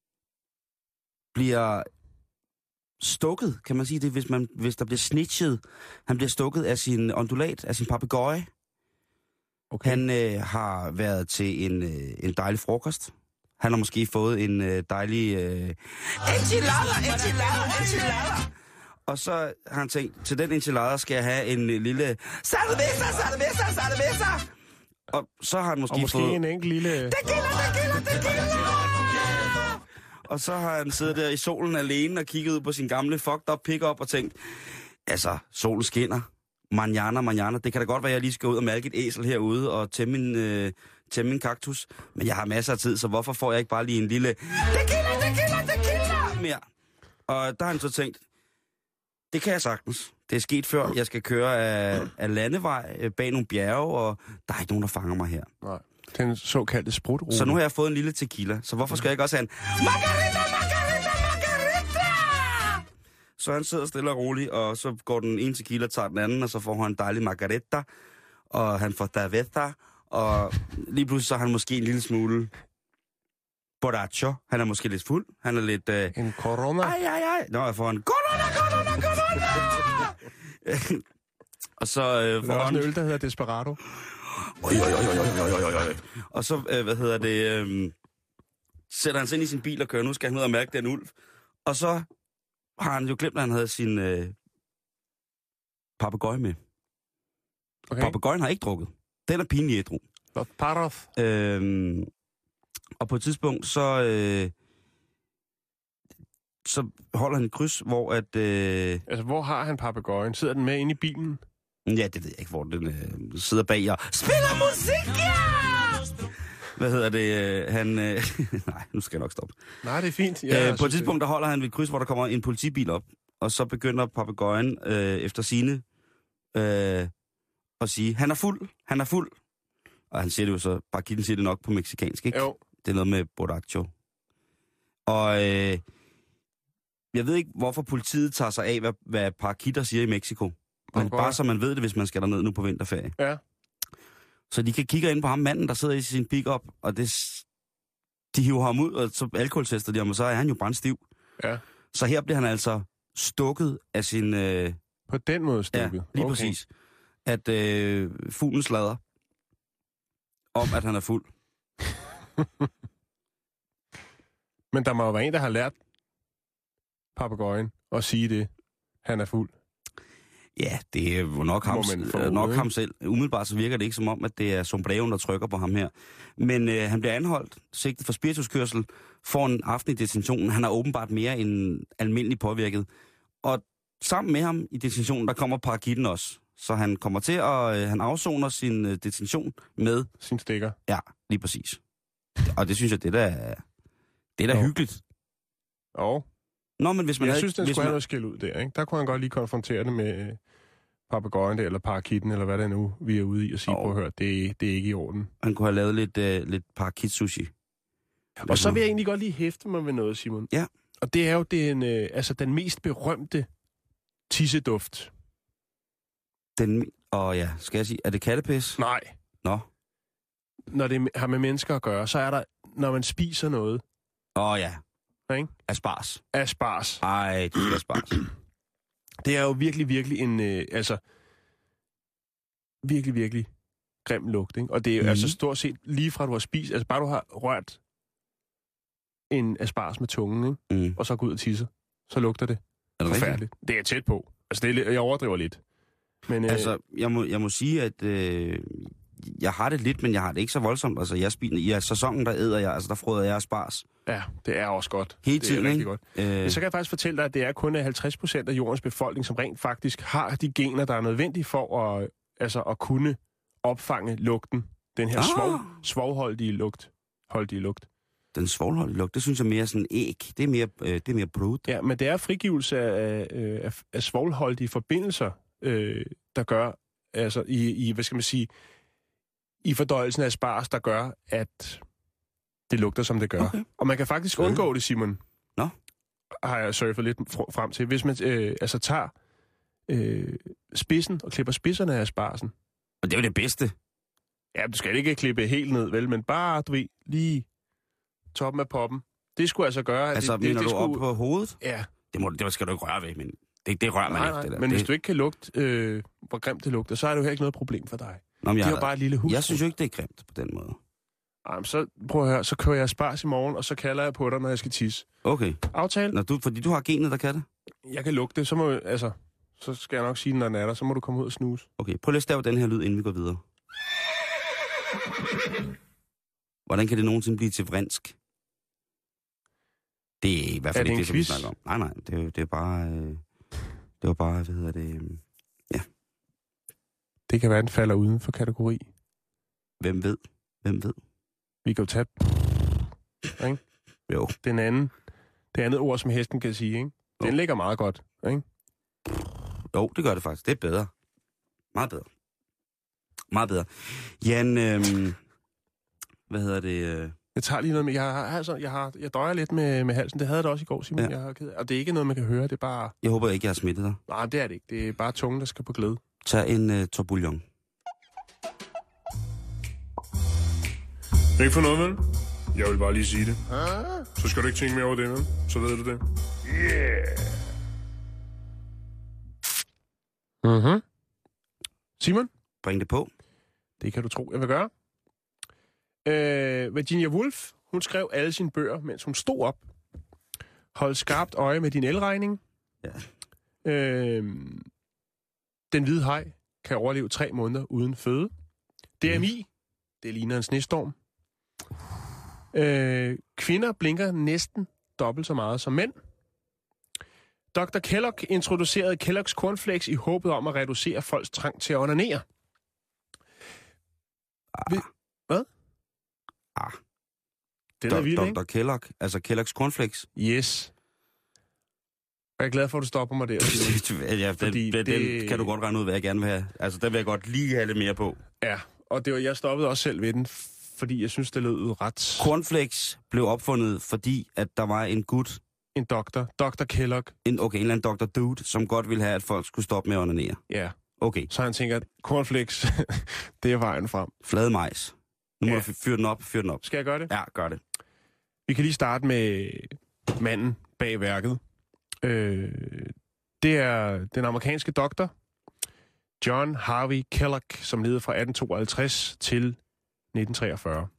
bliver stukket, kan man sige det, hvis, man, hvis der bliver snitchet. Han bliver stukket af sin ondulat, af sin papegøje. Okay. Han øh, har været til en, øh, en dejlig frokost. Han har måske fået en øh, dejlig... Øh, enchilada, enchilada, enchilada! Og så har han tænkt, til den enchilada skal jeg have en øh, lille... Cerveza, cerveza, cerveza! Og så har han måske, og måske fået... en enkelt lille... Tequila, tequila, tequila! Og så har han siddet der i solen alene og kigget ud på sin gamle fucked up pick-up og tænkt, altså, solen skinner. Manjana, manjana. Det kan da godt være, at jeg lige skal ud og malke et æsel herude og tæmme min, øh, tæmme min kaktus. Men jeg har masser af tid, så hvorfor får jeg ikke bare lige en lille... Tequila, tequila, tequila! Mere. Og der har han så tænkt, det kan jeg sagtens. Det er sket før. Jeg skal køre af, af landevej bag nogle bjerge, og der er ikke nogen, der fanger mig her. Nej. Den såkaldte sprutrute. Så nu har jeg fået en lille tequila. Så hvorfor skal jeg ikke også have en... Margarita, margarita, margarita! Så han sidder stille og roligt, og så går den ene tequila, tager den anden, og så får han en dejlig margarita, og han får cerveza, og lige pludselig så har han måske en lille smule borracho. Han er måske lidt fuld. Han er lidt... Øh... En corona. Ej, ej, ej. Nå, jeg får en corona, corona, corona! og så... Øh, der er også en øl, der hedder Desperado. Oj, oj, oj, oj, oj, oj, oj. Og så, øh, hvad hedder det... Øh... sætter han sig ind i sin bil og kører. Nu skal han ud og mærke den ulv. Og så har han jo glemt, at han havde sin øh... papegøje med. Okay. Papegøjen har ikke drukket. Den er pinlig ædru. Øhm, og på et tidspunkt, så, øh, så holder han et kryds, hvor at... Øh... Altså, hvor har han papegøjen? Sidder den med inde i bilen? Ja, det ved jeg ikke, hvor den øh, sidder bag og spiller musik, ja! Hvad hedder det? Øh, han... Øh... Nej, nu skal jeg nok stoppe. Nej, det er fint. Ja, øh, på et tidspunkt, der holder han ved et kryds, hvor der kommer en politibil op, og så begynder papegøjen øh, efter sine øh, at sige, han er fuld, han er fuld. Og han siger det jo så, Paquitten siger det nok på mexikansk, ikke? Jo. Det er noget med borracho. Og øh, jeg ved ikke, hvorfor politiet tager sig af, hvad, hvad Paquita siger i Mexico. Men bare så man ved det, hvis man skal derned nu på vinterferie. Ja. Så de kan kigge ind på ham, manden, der sidder i sin pick-up, og det, de hiver ham ud, og så alkoholtester de ham, og så er han jo brandstiv. Ja. Så her bliver han altså stukket af sin... Øh, på den måde stukket? Ja, lige okay. Præcis. At øh, fuglen slader om, at han er fuld. Men der må jo være en, der har lært papegøjen at sige det. Han er fuld. Ja, det er jo nok, ham, få, nok ham selv. Umiddelbart så virker det ikke som om, at det er sombreroen, der trykker på ham her. Men øh, han bliver anholdt, sigtet for spirituskørsel, får en aften i detentionen. Han er åbenbart mere end almindelig påvirket. Og sammen med ham i detentionen, der kommer Paquitten også. Så han kommer til at... Øh, han afsoner sin øh, detention med... Sin stikker. Ja, lige præcis. Og det synes jeg, det der er... Det er da jo. hyggeligt. Jo. Nå, men hvis man jeg havde, synes, den hvis skulle man... have noget skæld ud der, ikke? Der kunne han godt lige konfrontere det med papegøjen eller Paquitten, eller hvad det er nu, vi er ude i at sige, på at høre, det, det er ikke i orden. Han kunne have lavet lidt, uh, lidt Paquit-sushi. Og så vil jeg egentlig godt lige hæfte mig ved noget, Simon. Ja. Og det er jo den, øh, altså den mest berømte tisseduft. Den... Åh ja, skal jeg sige, er det kattepis? Nej. Nå. Når det har med mennesker at gøre, så er der, når man spiser noget. Åh oh, ja. Ikke? Asparges. Asparges. Ej, du skal asparges. Det er jo virkelig, virkelig en, øh, altså, virkelig, virkelig grim lugt, ikke? Og det er jo mm. altså stort set lige fra du har spist, altså bare du har rørt en asparges med tungen, ikke? Mm. Og så går ud og tisser, så lugter det, er det forfærdeligt. Rigtigt? Det er tæt på. Altså, det er, jeg overdriver lidt. Men, øh, altså, jeg må, jeg må sige, at øh, jeg har det lidt, men jeg har det ikke så voldsomt. Altså, jeg spiser, i sæsonen, der æder jeg, altså der frøder jeg asparges. Ja, det er også godt. Hele tiden, det er ikke? Godt. Øh... Så kan jeg faktisk fortælle dig, at det er kun halvtreds procent af jordens befolkning, som rent faktisk har de gener, der er nødvendige for at, altså, at kunne opfange lugten. Den her ah. svov, svovholdige lugt. Holdige lugt. Den svovlholdige lugt, det synes jeg mere sådan æg. Det er mere, øh, det er mere brud. Ja, men det er frigivelse af, af, af svovlholdige forbindelser, øh, der gør, altså i, i, hvad skal man sige, i fordøjelsen af asparges, der gør, at det lugter, som det gør. Okay. Og man kan faktisk undgå det, Simon. Nå? Har jeg surfet lidt frem til. Hvis man øh, altså tager øh, spidsen og klipper spidserne af aspargesen. Og det er jo det bedste. Ja, du skal ikke klippe helt ned, vel? Men bare, du ved, lige toppen af poppen. Det skulle altså gøre... At altså, det, mener det, det du skulle... op på hovedet? Ja. Det, må, det skal du ikke røre ved, men det, det rører man nej, ikke. Nej, det der. men det... hvis du ikke kan lugte, øh, hvor grimt det lugter, så er det jo heller ikke noget problem for dig. Nå, det er jo bare et lille hus. Jeg synes jo ikke, det er grimt på den måde. Jamen, så prøv at høre, så kører jeg asparges i morgen, og så kalder jeg på dig, når jeg skal tisse. Okay. Aftale? Når du, fordi du har genet, der kan det? Jeg kan lugte det, så må altså, så skal jeg nok sige, når den er der, så må du komme ud og snuse. Okay, prøv lige at stave den her lyd, inden vi går videre. Hvordan kan det nogensinde blive til vrinsk? Det er i hvert fald er ikke det, det, som vi snakker om. Nej, nej, det er, det er bare... Øh, det var bare, hvad hedder det... Øh, ja. Det kan være, den falder uden for kategori. Hvem ved? Hvem ved? Vi kan jo tage... Ikke? Jo. Den anden... Det andet ord, som hesten kan sige, ikke? Den jo. Ligger meget godt, ikke? Jo, det gør det faktisk. Det er bedre. Meget bedre. Meget bedre. Jan, øh, hvad hedder det... Øh... Jeg tager lige noget med... Jeg har, altså, jeg, har, jeg døjer lidt med, med halsen. Det havde det også i går, Simon. Ja. Jeg har ked af. Og det er ikke noget, man kan høre. Det er bare... Jeg håber ikke, jeg har smittet dig. Nej, det er det ikke. Det er bare tungen, der skal på glæde. Tag en uh, torbouillon. Ikke for noget, vel? Jeg vil bare lige sige det. Så skal du ikke tænke mere over det, vel? Så ved du det. Yeah! Mhm. Simon? Bring det på. Det kan du tro, jeg vil gøre. Øh, Virginia Woolf, hun skrev alle sine bøger, mens hun stod op. Hold skarpt øje med din elregning. Ja. Øh, den hvide haj kan overleve tre måneder uden føde. D M I, det ligner en snestorm. Øh, kvinder blinker næsten dobbelt så meget som mænd. doktor Kellogg introducerede Kellogg's Cornflakes i håbet om at reducere folks trang til at onanere. Ah. Vi... Hvad? Ah. Det er vildt, ikke? doktor Kellogg, altså Kellogg's Cornflakes. Yes. Jeg er glad for, at du stopper mig der. ja, den, den, det... den kan du godt regne ud, hvad jeg gerne vil have. Altså, den vil jeg godt lige have lidt mere på. Ja, og det var, jeg stoppede også selv ved den, fordi jeg synes, det lød ret... Cornflakes blev opfundet, fordi at der var en gut... En doktor. doktor Kellogg. En, okay, en eller anden doktor Dude, som godt ville have, at folk skulle stoppe med at onanere. Ja. Okay. Så han tænker, at cornflakes, det er vejen frem. Flade majs. Nu må ja. du fyre den op, fyre den op. Skal jeg gøre det? Ja, gør det. Vi kan lige starte med manden bag værket. Øh, det er den amerikanske doktor, John Harvey Kellogg, som levede fra atten tooghalvtreds til nitten treogfyrre.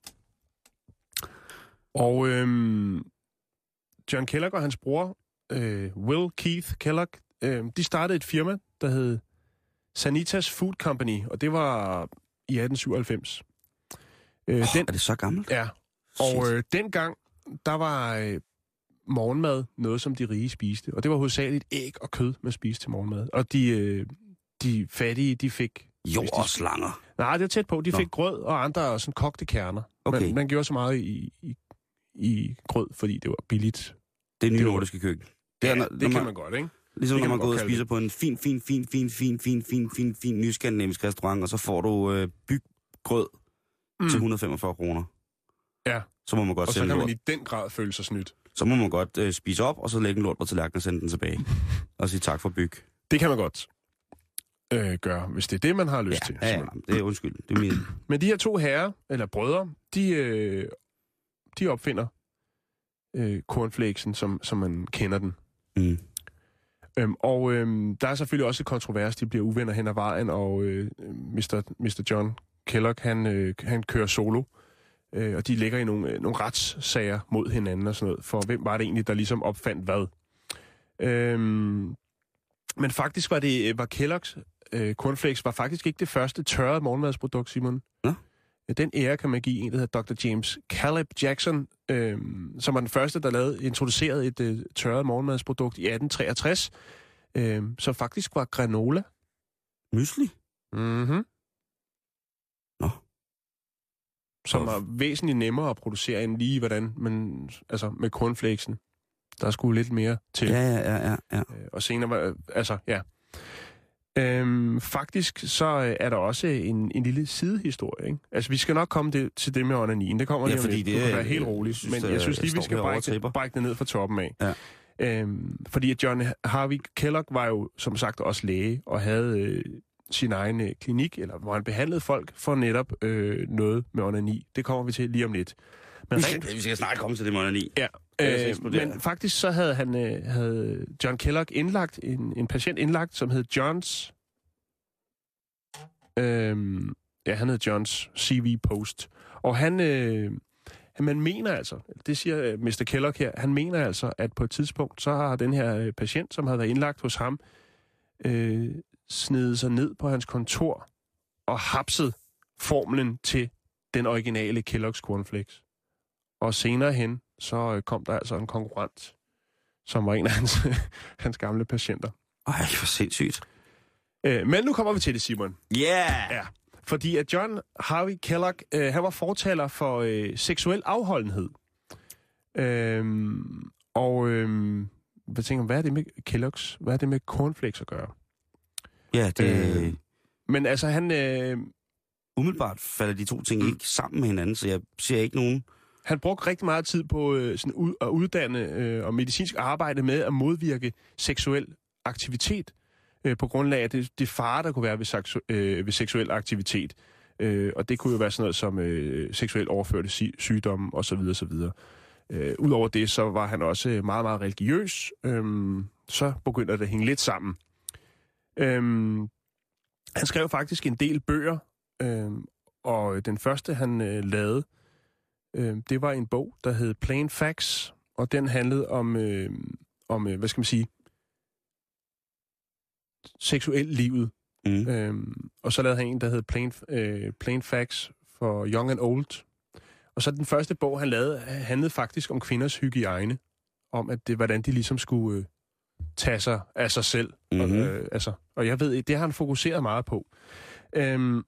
Og øhm, John Kellogg og hans bror, øh, Will Keith Kellogg, øh, de startede et firma, der hed Sanitas Food Company, og det var i atten syvoghalvfems. Øh, oh, den, er det så gammelt? Ja, og øh, dengang, der var øh, morgenmad noget, som de rige spiste, og det var hovedsageligt æg og kød, man spiste til morgenmad. Og de, øh, de fattige, de fik... Jord og slanger. Nej, det er tæt på. De Nå. fik grød og andre sådan kogte kerner. Okay. Man, man gjorde så meget i, i, i grød, fordi det var billigt. Det er nye nordiske køkken. Det, er, ja, det kan man, man godt, ikke? Ligesom når man, man går ud og spiser det. På en fin, fin, fin, fin, fin, fin, fin, fin, fin nyskandinavisk restaurant, og så får du øh, byggrød mm. til et hundrede og femogfyrre kroner. Ja. Så må man godt og sende så kan lort. Man i den grad føle sig snydt. Så må man godt øh, spise op, og så lægge en lort på tallerkenen og sende den tilbage. Og sige tak for byg. Det kan man godt øh, gøre, hvis det er det, man har lyst ja, til. Ja, ja, det er undskyld. Det er min. Men de her to herrer, eller brødre, de, øh, de opfinder øh, cornflakesen, som, som man kender den. Mm. Øhm, og øhm, der er selvfølgelig også et kontrovers, de bliver uvenner hen ad vejen, og øh, mister mister John Kellogg, han, øh, han kører solo, øh, og de ligger i nogle, øh, nogle retssager mod hinanden og sådan noget, for hvem var det egentlig, der ligesom opfandt hvad. Øhm, men faktisk var det, var Kellogg's øh, cornflakes var faktisk ikke det første tørrede morgenmadsprodukt, Simon. Ja? Den ære kan man give en, der hedder doktor James Caleb Jackson, øh, som var den første, der lavede, introducerede et øh, tørret morgenmadsprodukt i atten treogtres, øh, som faktisk var granola. Mysli? Mhm. Nå. Som var væsentligt nemmere at producere end lige hvordan, men altså med cornflakesen. Der skulle lidt mere til. Ja, ja, ja, ja. Øh, og senere var, altså, ja. Øhm, faktisk så er der også en, en lille sidehistorie, ikke? Altså, vi skal nok komme det, til det med onanien. Det kommer ja, lige om fordi lidt. Det du kan er, være helt rolig. synes, men jeg synes lige, vi skal brække det, brække det ned fra toppen af. Ja. Øhm, fordi at John Harvey Kellogg var jo, som sagt, også læge, og havde øh, sin egen øh, klinik, eller hvor han behandlede folk for netop øh, noget med onani. Det kommer vi til lige om lidt. Men vi, skal, rent, vi skal snart komme til det med onani. Ja. Øh, men faktisk så havde han øh, havde John Kellogg indlagt, en, en patient indlagt, som hed Johns... Øhm, ja, han hed Johns C V Post. Og han, øh, man mener altså, det siger øh, mister Kellogg her, han mener altså, at på et tidspunkt, så har den her øh, patient, som havde været indlagt hos ham, øh, snedet sig ned på hans kontor og hapset formlen til den originale Kellogg's Cornflakes. Og senere hen, så øh, kom der altså en konkurrent, som var en af hans, hans gamle patienter. Ej, hvor sindssygt. Øh, men nu kommer vi til det, Simon. Yeah! Ja, fordi at John Harvey Kellogg, øh, han var fortaler for øh, seksuel afholdenhed. Øhm, og øh, hvad tænker hvad er det med Kellogg's? Hvad er det med cornflakes at gøre? Ja, det... Øh, men altså, han... Øh, umiddelbart falder de to ting ikke sammen med hinanden, så jeg ser ikke nogen... Han brugte rigtig meget tid på øh, sådan ud, at uddanne øh, og medicinsk arbejde med at modvirke seksuel aktivitet, øh, på grundlag af det, det fare, der kunne være ved, seksu, øh, ved seksuel aktivitet. Øh, og det kunne jo være sådan noget som øh, seksuelt overførte sy- sygdomme osv. osv. Øh, Udover det, så var han også meget, meget religiøs. Øh, så begynder det at hænge lidt sammen. Øh, han skrev faktisk en del bøger, øh, og den første, han øh, lavede, øh, det var en bog, der hed Plain Facts, og den handlede om, øh, om øh, hvad skal man sige, seksuelt livet. Mm. Øhm, og så lavede han en, der hed Plain, øh, Plain Facts for Young and Old. Og så den første bog, han lavede, handlede faktisk om kvinders hygiejne. Om, at det, hvordan de ligesom skulle, øh, tage sig af sig selv. Mm-hmm. Og, øh, altså, og jeg ved, det har han fokuseret meget på. Øhm,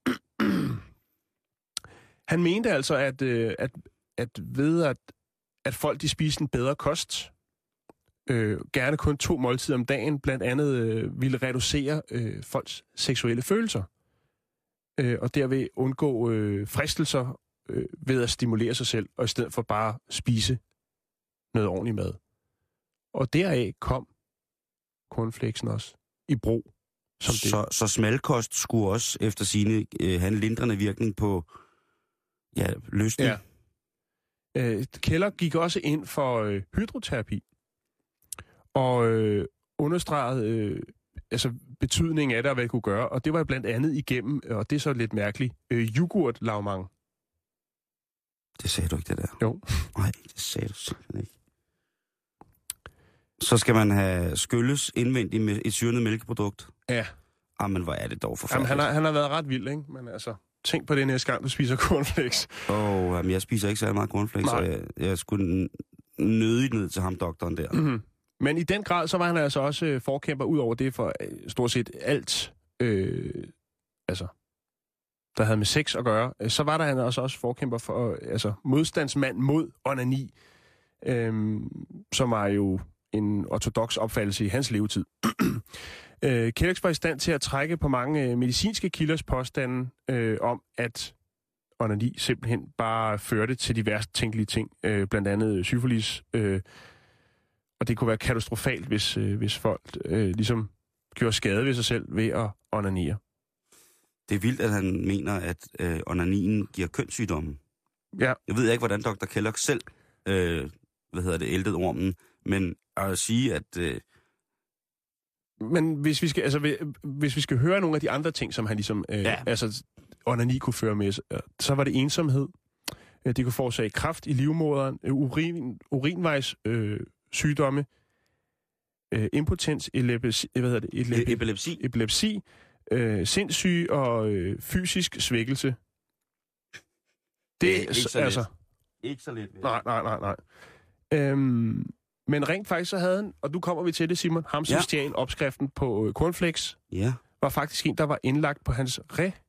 han mente altså, at, øh, at, at ved at, at folk de spiser en bedre kost, øh, gerne kun to måltider om dagen, blandt andet øh, ville reducere øh, folks seksuelle følelser. Øh, og derved undgå øh, fristelser øh, ved at stimulere sig selv, og i stedet for bare spise noget ordentligt mad. Og deraf kom cornflakesen også i brug. Som det. Så, så smalkost skulle også efter sine øh, have en lindrende virkning på ja, lysten? Ja. Øh, Keller gik også ind for øh, hydroterapi, og øh, understregede øh, altså betydningen af det, og hvad det kunne gøre. Og det var blandt andet igennem, og det er så lidt mærkeligt, øh, yoghurt-lavemang. Det sagde du ikke, det der. Jo. Nej, det sagde du simpelthen ikke. Så skal man have skylles indvendigt med et syrnet mælkeprodukt? Ja. Jamen, hvor er det dog forfærdeligt. Jamen, han, har, han har været ret vild, ikke? Men altså, tænk på det næste gang, du spiser cornflakes. Åh, oh, jamen, jeg spiser ikke så meget cornflakes, så jeg, jeg skulle nødigt ned til ham, doktoren der. Mm-hmm. Men i den grad, så var han altså også øh, forkæmper ud over det for øh, stort set alt, øh, altså, der havde med sex at gøre. Så var der han også, også forkæmper for, øh, altså, modstandsmand mod onani, øh, som var jo en ortodoks opfattelse i hans levetid. øh, Kellex var i stand til at trække på mange øh, medicinske kilders påstande øh, om, at onani simpelthen bare førte til de værst tænkelige ting, øh, blandt andet syfilis, øh, og det kunne være katastrofalt, hvis, øh, hvis folk øh, ligesom gjorde skade ved sig selv ved at onanere. Det er vildt, at han mener, at øh, onanien giver kønssygdomme. Ja. Jeg ved ikke, hvordan doktor Kellogg selv, øh, hvad hedder det, æltede ormen, men at sige, at... Øh... Men hvis vi skal, altså, hvis vi skal høre nogle af de andre ting, som han ligesom, øh, ja. altså, onani kunne føre med, så var det ensomhed. Det kunne forårsage kræft i livmoderen, urin, urinvejs øh, sygdomme, øh, impotens, epilepsi, hvad hedder det? Epilepsi, epilepsi, epilepsi øh, sindssyge og øh, fysisk svækkelse. Det, det er ikke så altså, let. Ikke så let. Nej, nej, nej, nej. Øhm, men rent faktisk så havde han, og nu kommer vi til det, Simon, ham som ja. stjal opskriften på øh, cornflakes, ja. var faktisk en, der var indlagt på hans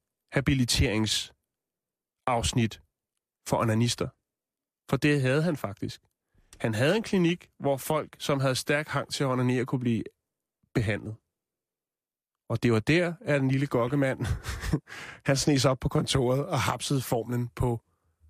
rehabiliteringsafsnit for onanister. For det havde han faktisk. Han havde en klinik, hvor folk, som havde stærk hang til at onanere, kunne blive behandlet. Og det var der, at den lille gokkemand, han sneg sig op på kontoret og hapsede formlen på.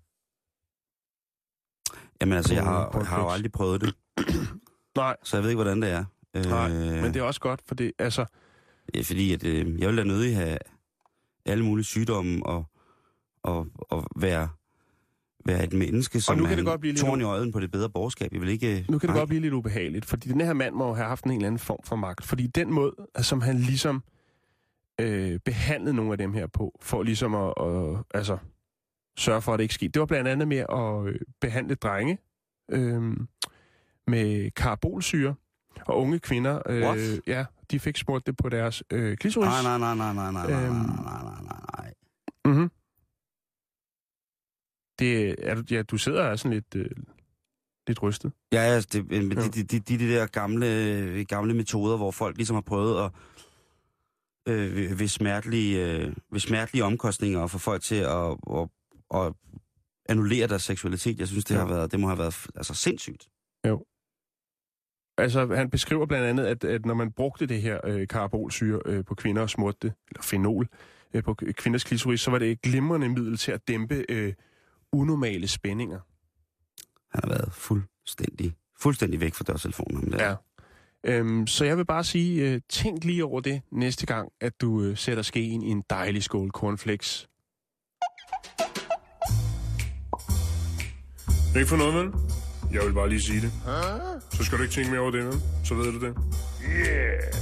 Jamen altså, jeg har, jeg har jo aldrig prøvet det. Nej. Så jeg ved ikke, hvordan det er. Nej, øh, men det er også godt, for det, altså... Ja, fordi at, øh, jeg vil da nødig have alle mulige sygdomme og, og, og være, være et menneske, som er en torn i øjen på det bedre borgerskab. Jeg vil ikke... Nu kan det nej. godt blive lidt ubehageligt, fordi den her mand må jo have haft en eller anden form for magt. Fordi den måde, som han ligesom øh, behandlede nogle af dem her på, for ligesom at, at altså, sørge for, at det ikke skete. Det var blandt andet med at øh, behandle drenge øh, med karabolsyre, og unge kvinder, øh, ja, de fik smurt det på deres øh, klitoris. Nej, nej, nej, nej, nej, nej, øhm, nej, nej, nej, nej. Mhm. Det er du, ja, du sidder og er sådan lidt, øh, lidt rystet. Ja, altså, det, de, de, de, de, de der gamle, gamle metoder, hvor folk ligesom har prøvet at øh, ved, smertelige, øh, ved smertelige omkostninger at få folk til at, at, at annullere deres seksualitet. Jeg synes, det, ja. har været, det må have været altså, sindssygt. Jo. Altså, han beskriver blandt andet, at, at når man brugte det her øh, karabolsyre øh, på kvinder og smurte det, eller fenol, øh, på kvinders klitoris, så var det et glimrende middel til at dæmpe øh, unormale spændinger. Han har været fuldstændig, fuldstændig væk fra dørtelefonen. Ja. Øhm, så jeg vil bare sige, øh, tænk lige over det næste gang, at du øh, sætter skeen i en dejlig skål cornflakes. Ikke for noget, vel? Jeg vil bare lige sige det. Så skal du ikke tænke mere over det, vel? Så ved du det. Yeah!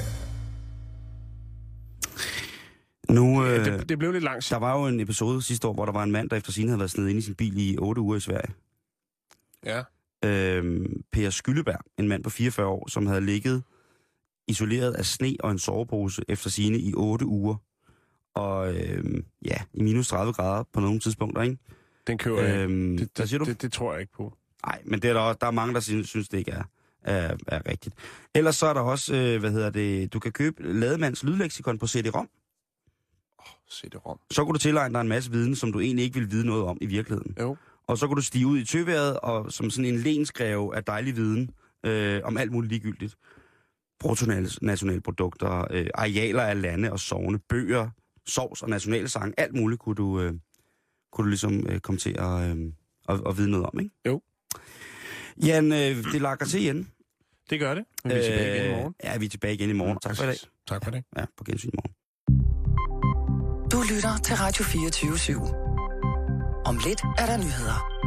Nu, øh, ja, det, det blev lidt langt. Der var jo en episode sidste år, hvor der var en mand, der efter sine havde været snedet ind i sin bil i otte uger i Sverige. Ja. Øhm, Per Skylleberg, en mand på fireogfyrre år, som havde ligget isoleret af sne og en sovepose efter sine i otte uger. Og øhm, ja, i minus tredive grader på nogle tidspunkter, ikke? Den køber jeg. Øhm, det, hvad siger du? Det, det tror jeg ikke på. Nej, men det er der, også, der er mange, der synes, synes det ikke er. er, er rigtigt. Ellers så er der også, øh, hvad hedder det, du kan købe Lademands lydleksikon på C D-ROM. C D-ROM. Så kunne du tilegne dig en masse viden, som du egentlig ikke ville vide noget om i virkeligheden. Jo. Og så kunne du stige ud i tøværet, og som sådan en lensgreve af dejlig viden øh, om alt muligt ligegyldigt. Bruttonationalprodukter, øh, arealer af lande og sogne, bøger, sovs og nationalsang, alt muligt kunne du, øh, kunne du ligesom øh, komme til at, øh, at, at vide noget om, ikke? Jo. Jan, øh, det lakker til igen. Det gør det. Vi er tilbage igen i morgen. Ja, vi er tilbage igen i morgen. Tak for i dag. Tak for det. Ja, på gensyn i morgen. Du lytter til Radio fireogtyve syv. Om lidt er der nyheder.